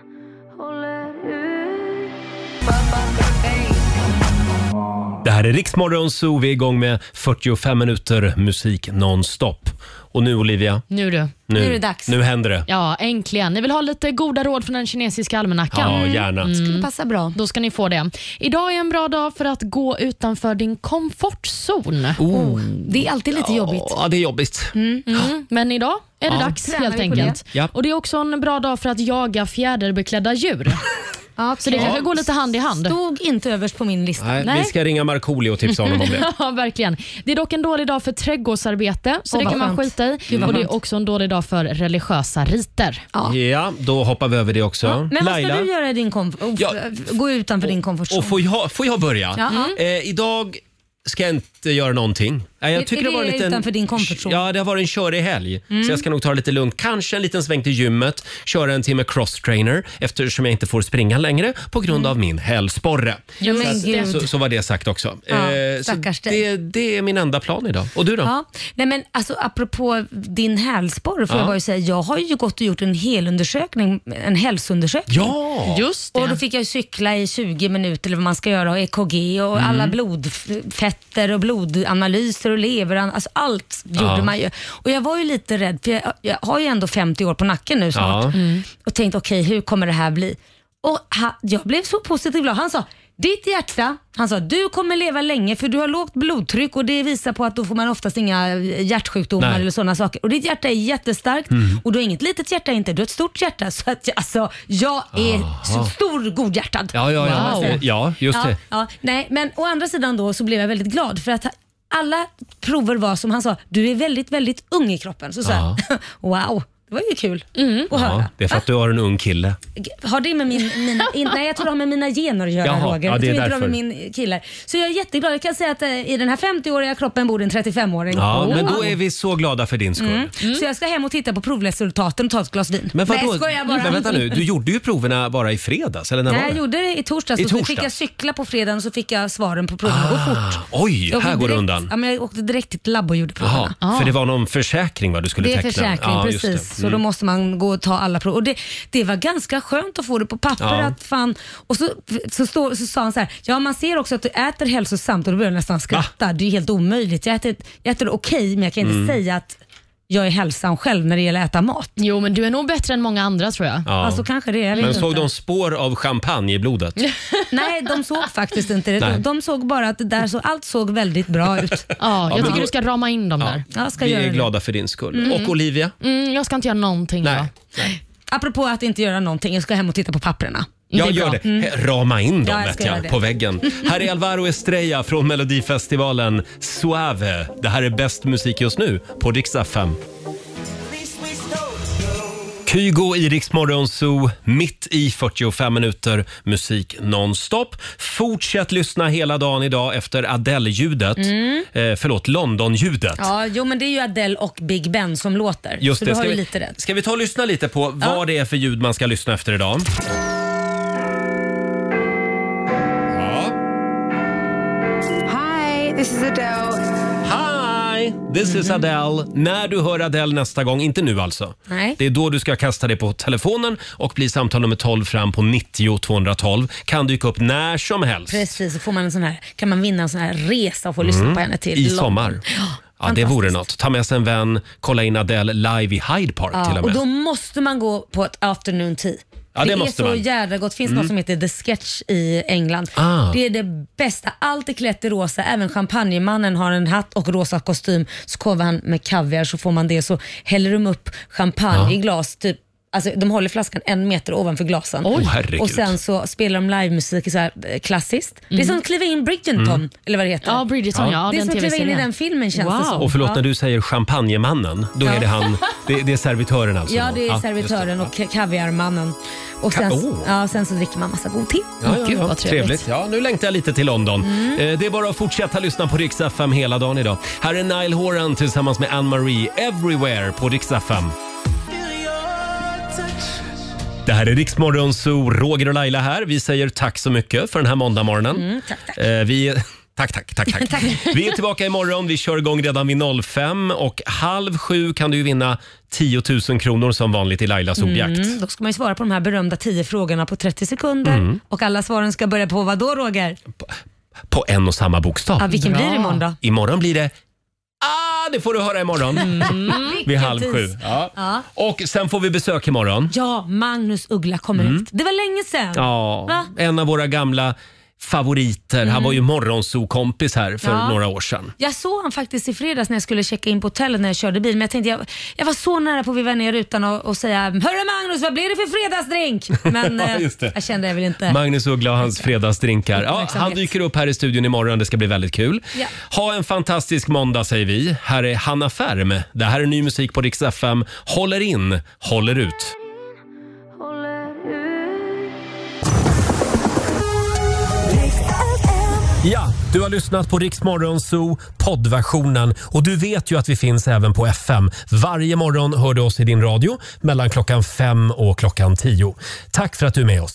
Det här är Rix Morgon Zoo. Vi är igång med fyrtiofem minuter musik nonstop. Och nu Olivia, Nu du. nu, Nu är det dags. nu händer det. Ja, äntligen. Ni vill ha lite goda råd från den kinesiska almanackan? Ja, gärna. Mm. Skulle passa bra. Då ska ni få det. Idag är en bra dag för att gå utanför din komfortzon. Oh. Det är alltid lite jobbigt. Ja, det är jobbigt. Mm. Mm. Men idag är det Ja. dags Tränar helt vi på enkelt. det? Ja. Och det är också en bra dag för att jaga fjäderbeklädda djur. Så det kanske går lite hand i hand. Stod inte överst på min lista. Nej, vi ska ringa Markoolio och tipsa honom om det. Ja, verkligen. Det är dock en dålig dag för trädgårdsarbete, så Åh, det vad kan man skönt. skita i. Gud, vad Och det är skönt. också en dålig dag för religiösa riter. Ja. Ja, då hoppar vi över det också. Men vad ska Laila, du göra i din komfort? Oh, Ja. Gå utanför din komfortzon. och får jag, får jag börja? Ja. Mm. Eh, idag ska jag inte göra någonting. Nej, jag Är- tycker är det var det en liten, utanför din komfortzon? Ja, det har varit en körig helg. Mm. Så jag ska nog ta det lite lugnt. Kanske en liten sväng till gymmet. Köra en timme crosstrainer eftersom jag inte får springa längre på grund av min hälsporre. Ja, men så, gud. så, så var det sagt också. Ja, så stackars dig. det, det är min enda plan idag. Och du då? Ja. Nej, men alltså, apropå din hälsporre får Ja. jag bara säga, jag har ju gått och gjort en helundersökning, en hälsoundersökning. Ja! Just det. Och då fick jag cykla i tjugo minuter eller vad man ska göra och E K G och Mm. alla blodfetter och blodanalyser och lever, alltså allt gjorde Ja. man ju. Och jag var ju lite rädd för jag, jag har ju ändå femtio år på nacken nu snart. Ja. Mm. Och tänkte okej, hur kommer det här bli? Och ha, jag blev så positiv glad. Han sa, ditt hjärta, han sa, du kommer leva länge för du har lågt blodtryck och det visar på att då får man oftast inga hjärtsjukdomar Nej. eller sådana saker. Och ditt hjärta är jättestarkt Mm. och du har inget litet hjärta inte, du har ett stort hjärta. Så att jag, alltså, jag är Aha. stor godhjärtad. Ja, ja, ja. Wow. Eh, ja just ja, det. Ja, nej, men å andra sidan då så blev jag väldigt glad för att alla prover var som han sa, du är väldigt, väldigt ung i kroppen. Så sa Ja. jag, wow, det var ju kul att höra. Ja, det är för att du har en ung kille. Har det med min, mina, in, nej jag tror det har med mina gener att göra, Jaha, Roger. ja, det är jag tror inte det har därför. med min kille. Så jag är jätteglad. Jag kan säga att eh, i den här femtio-åriga kroppen bor en trettiofem-åring. Ja, men då Wow. är vi så glada för din skull. Mm. Mm. Så jag ska hem och titta på provresultaten och ta ett glas vin. Men vadå? Nej, skojar bara. Men vänta nu, du gjorde ju proverna bara i fredags, eller när Nej, var jag det? gjorde det i torsdags. I Och så torsdags? fick jag cykla på fredagen och så fick jag svaren på proven. Gå fort. Oj, Jag åkte här går det direkt- undan. Ja, men jag åkte direkt till ett labb och gjorde proverna. Jaha, för det var någon försäkring vad du skulle Det är teckna? försäkring, Ja, just precis. det. Så då Mm. måste man gå och ta alla prov. Och det, det var ganska skönt att få det på papper. Ja. Att fan, och så, så, stå, så sa han så här, ja man ser också att du äter hälsosamt och då börjar jag nästan skratta. Det är ju helt omöjligt. Jag äter, jag äter okej, men jag kan inte Mm. säga att jag är hälsam själv när det gäller att äta mat. Jo, men du är nog bättre än många andra tror jag. Ja. Alltså kanske det, jag vet Men inte. såg de spår av champagne i blodet? Nej, de såg faktiskt inte det. Nej. De, de såg bara att det där så, allt såg väldigt bra ut. Ja, jag men tycker då- du ska rama in dem där. Jag ska Vi göra är det. glada för din skull. Mm. Och Olivia? Mm, jag ska inte göra någonting Nej. idag. Apropå att inte göra någonting, jag ska hem och titta på papperna. Jag är gör bra. det. Mm. Rama in dem Ja, jag vet ska göra jag, det. på väggen. Här är Alvaro Estrella från Melodifestivalen. Suave. Det här är bäst musik just nu på Rix F M. Kygo i Rix Morgon Zoo, mitt i fyrtiofem minuter musik nonstop. Fortsätt lyssna hela dagen idag efter Adele-ljudet. Mm. Eh, förlåt, London-ljudet. Ja, jo men det är ju Adele och Big Ben som låter. Just så det. du har Ska ju vi, lite rätt. ska vi ta och lyssna lite på Ja. vad det är för ljud man ska lyssna efter idag? Hi, this is Adele. Hi, this is Adele. När du hör Adele nästa gång, inte nu alltså. Nej. Det är då du ska kasta dig på telefonen och bli samtal nummer tolv fram på nittio tvåhundratolv. Kan dyka upp när som helst. Precis, så får man en sån här, kan man vinna en sån här resa och få lyssna Mm. på henne till I London. sommar. Ja, det vore något. Ta med sig en vän, kolla in Adele live i Hyde Park Ja, till och och med. då måste man gå på ett afternoon tea. Ja, det är måste så man. jävla gott. Det finns Mm. något som heter The Sketch i England. Ah. Det är det bästa. Allt är klätt i rosa. Även champagnemannen har en hatt och rosa kostym. Så kommer han med kaviar så får man det. Så häller de upp champagne Ja. i glas. Typ, alltså, de håller flaskan en meter ovanför glasen. Oj. Herregud. Och sen så spelar de livemusik så här, eh, klassiskt. Det är Mm. som att kliva in Bridgerton, Mm. eller vad det heter. Ja, Bridgerton, ja, Det är den som att kliva in i tv-serien. den filmen känns Wow. det som. Och förlåt, Ja. när du säger champagnemannen, då är Ja. det han, det, det är servitören alltså? Ja, det är just servitören och kaviarmannen. Och sen, Ka- oh. ja, sen så dricker man massa god te. Ja, ja, ja. Trevligt. Ja, nu längtar jag lite till London. Mm. Eh, det är bara att fortsätta lyssna på Rix F M hela dagen idag. Här är Niall Horan tillsammans med Anne-Marie, Everywhere på Rix F M. Det här är Rix Morgon Zoo, Roger och Laila här. Vi säger tack så mycket för den här måndagmorgonen. Mm, tack, tack. Eh, vi... Tack, tack, tack, tack. Tack. Vi är tillbaka imorgon. Vi kör igång redan vid noll fem och halv sju kan du ju vinna tio tusen kronor som vanligt i Lailas ordjakt. Mm, då ska man ju svara på de här berömda tio frågorna på trettio sekunder. Mm. Och alla svaren ska börja på vad då, Roger? På en och samma bokstav. Ja, vilken blir det imorgon då? Imorgon blir det... Ah, det får du höra imorgon. Mm. Vid halv Vilken sju. tis. Ja. Ja. Och sen får vi besök imorgon. Ja, Magnus Uggla kommer Mm. hit. Det var länge sedan. Ja, Va? en av våra gamla favoriter. Han Mm. var ju morgonsokompis här för Ja. några år sedan. Jag såg han faktiskt i fredags när jag skulle checka in på hotellet när jag körde bil. Men jag tänkte, jag, jag var så nära på att vända ner rutan och, och säga Hörru Magnus, vad blir det för fredagsdrink? Men Ja, eh, just det. jag kände jag väl inte. Magnus Uggla och hans fredagsdrinkar. Ja, Uppmärksamhet. han dyker upp här i studion imorgon. Det ska bli väldigt kul. Ja. Ha en fantastisk måndag säger vi. Här är Hanna Färm. Det här är ny musik på Rix F M. Håller in, håller ut. Ja, du har lyssnat på Rix Morgon Zoo poddversionen och du vet ju att vi finns även på F M. Varje morgon hör du oss i din radio mellan klockan fem och klockan tio. Tack för att du är med oss.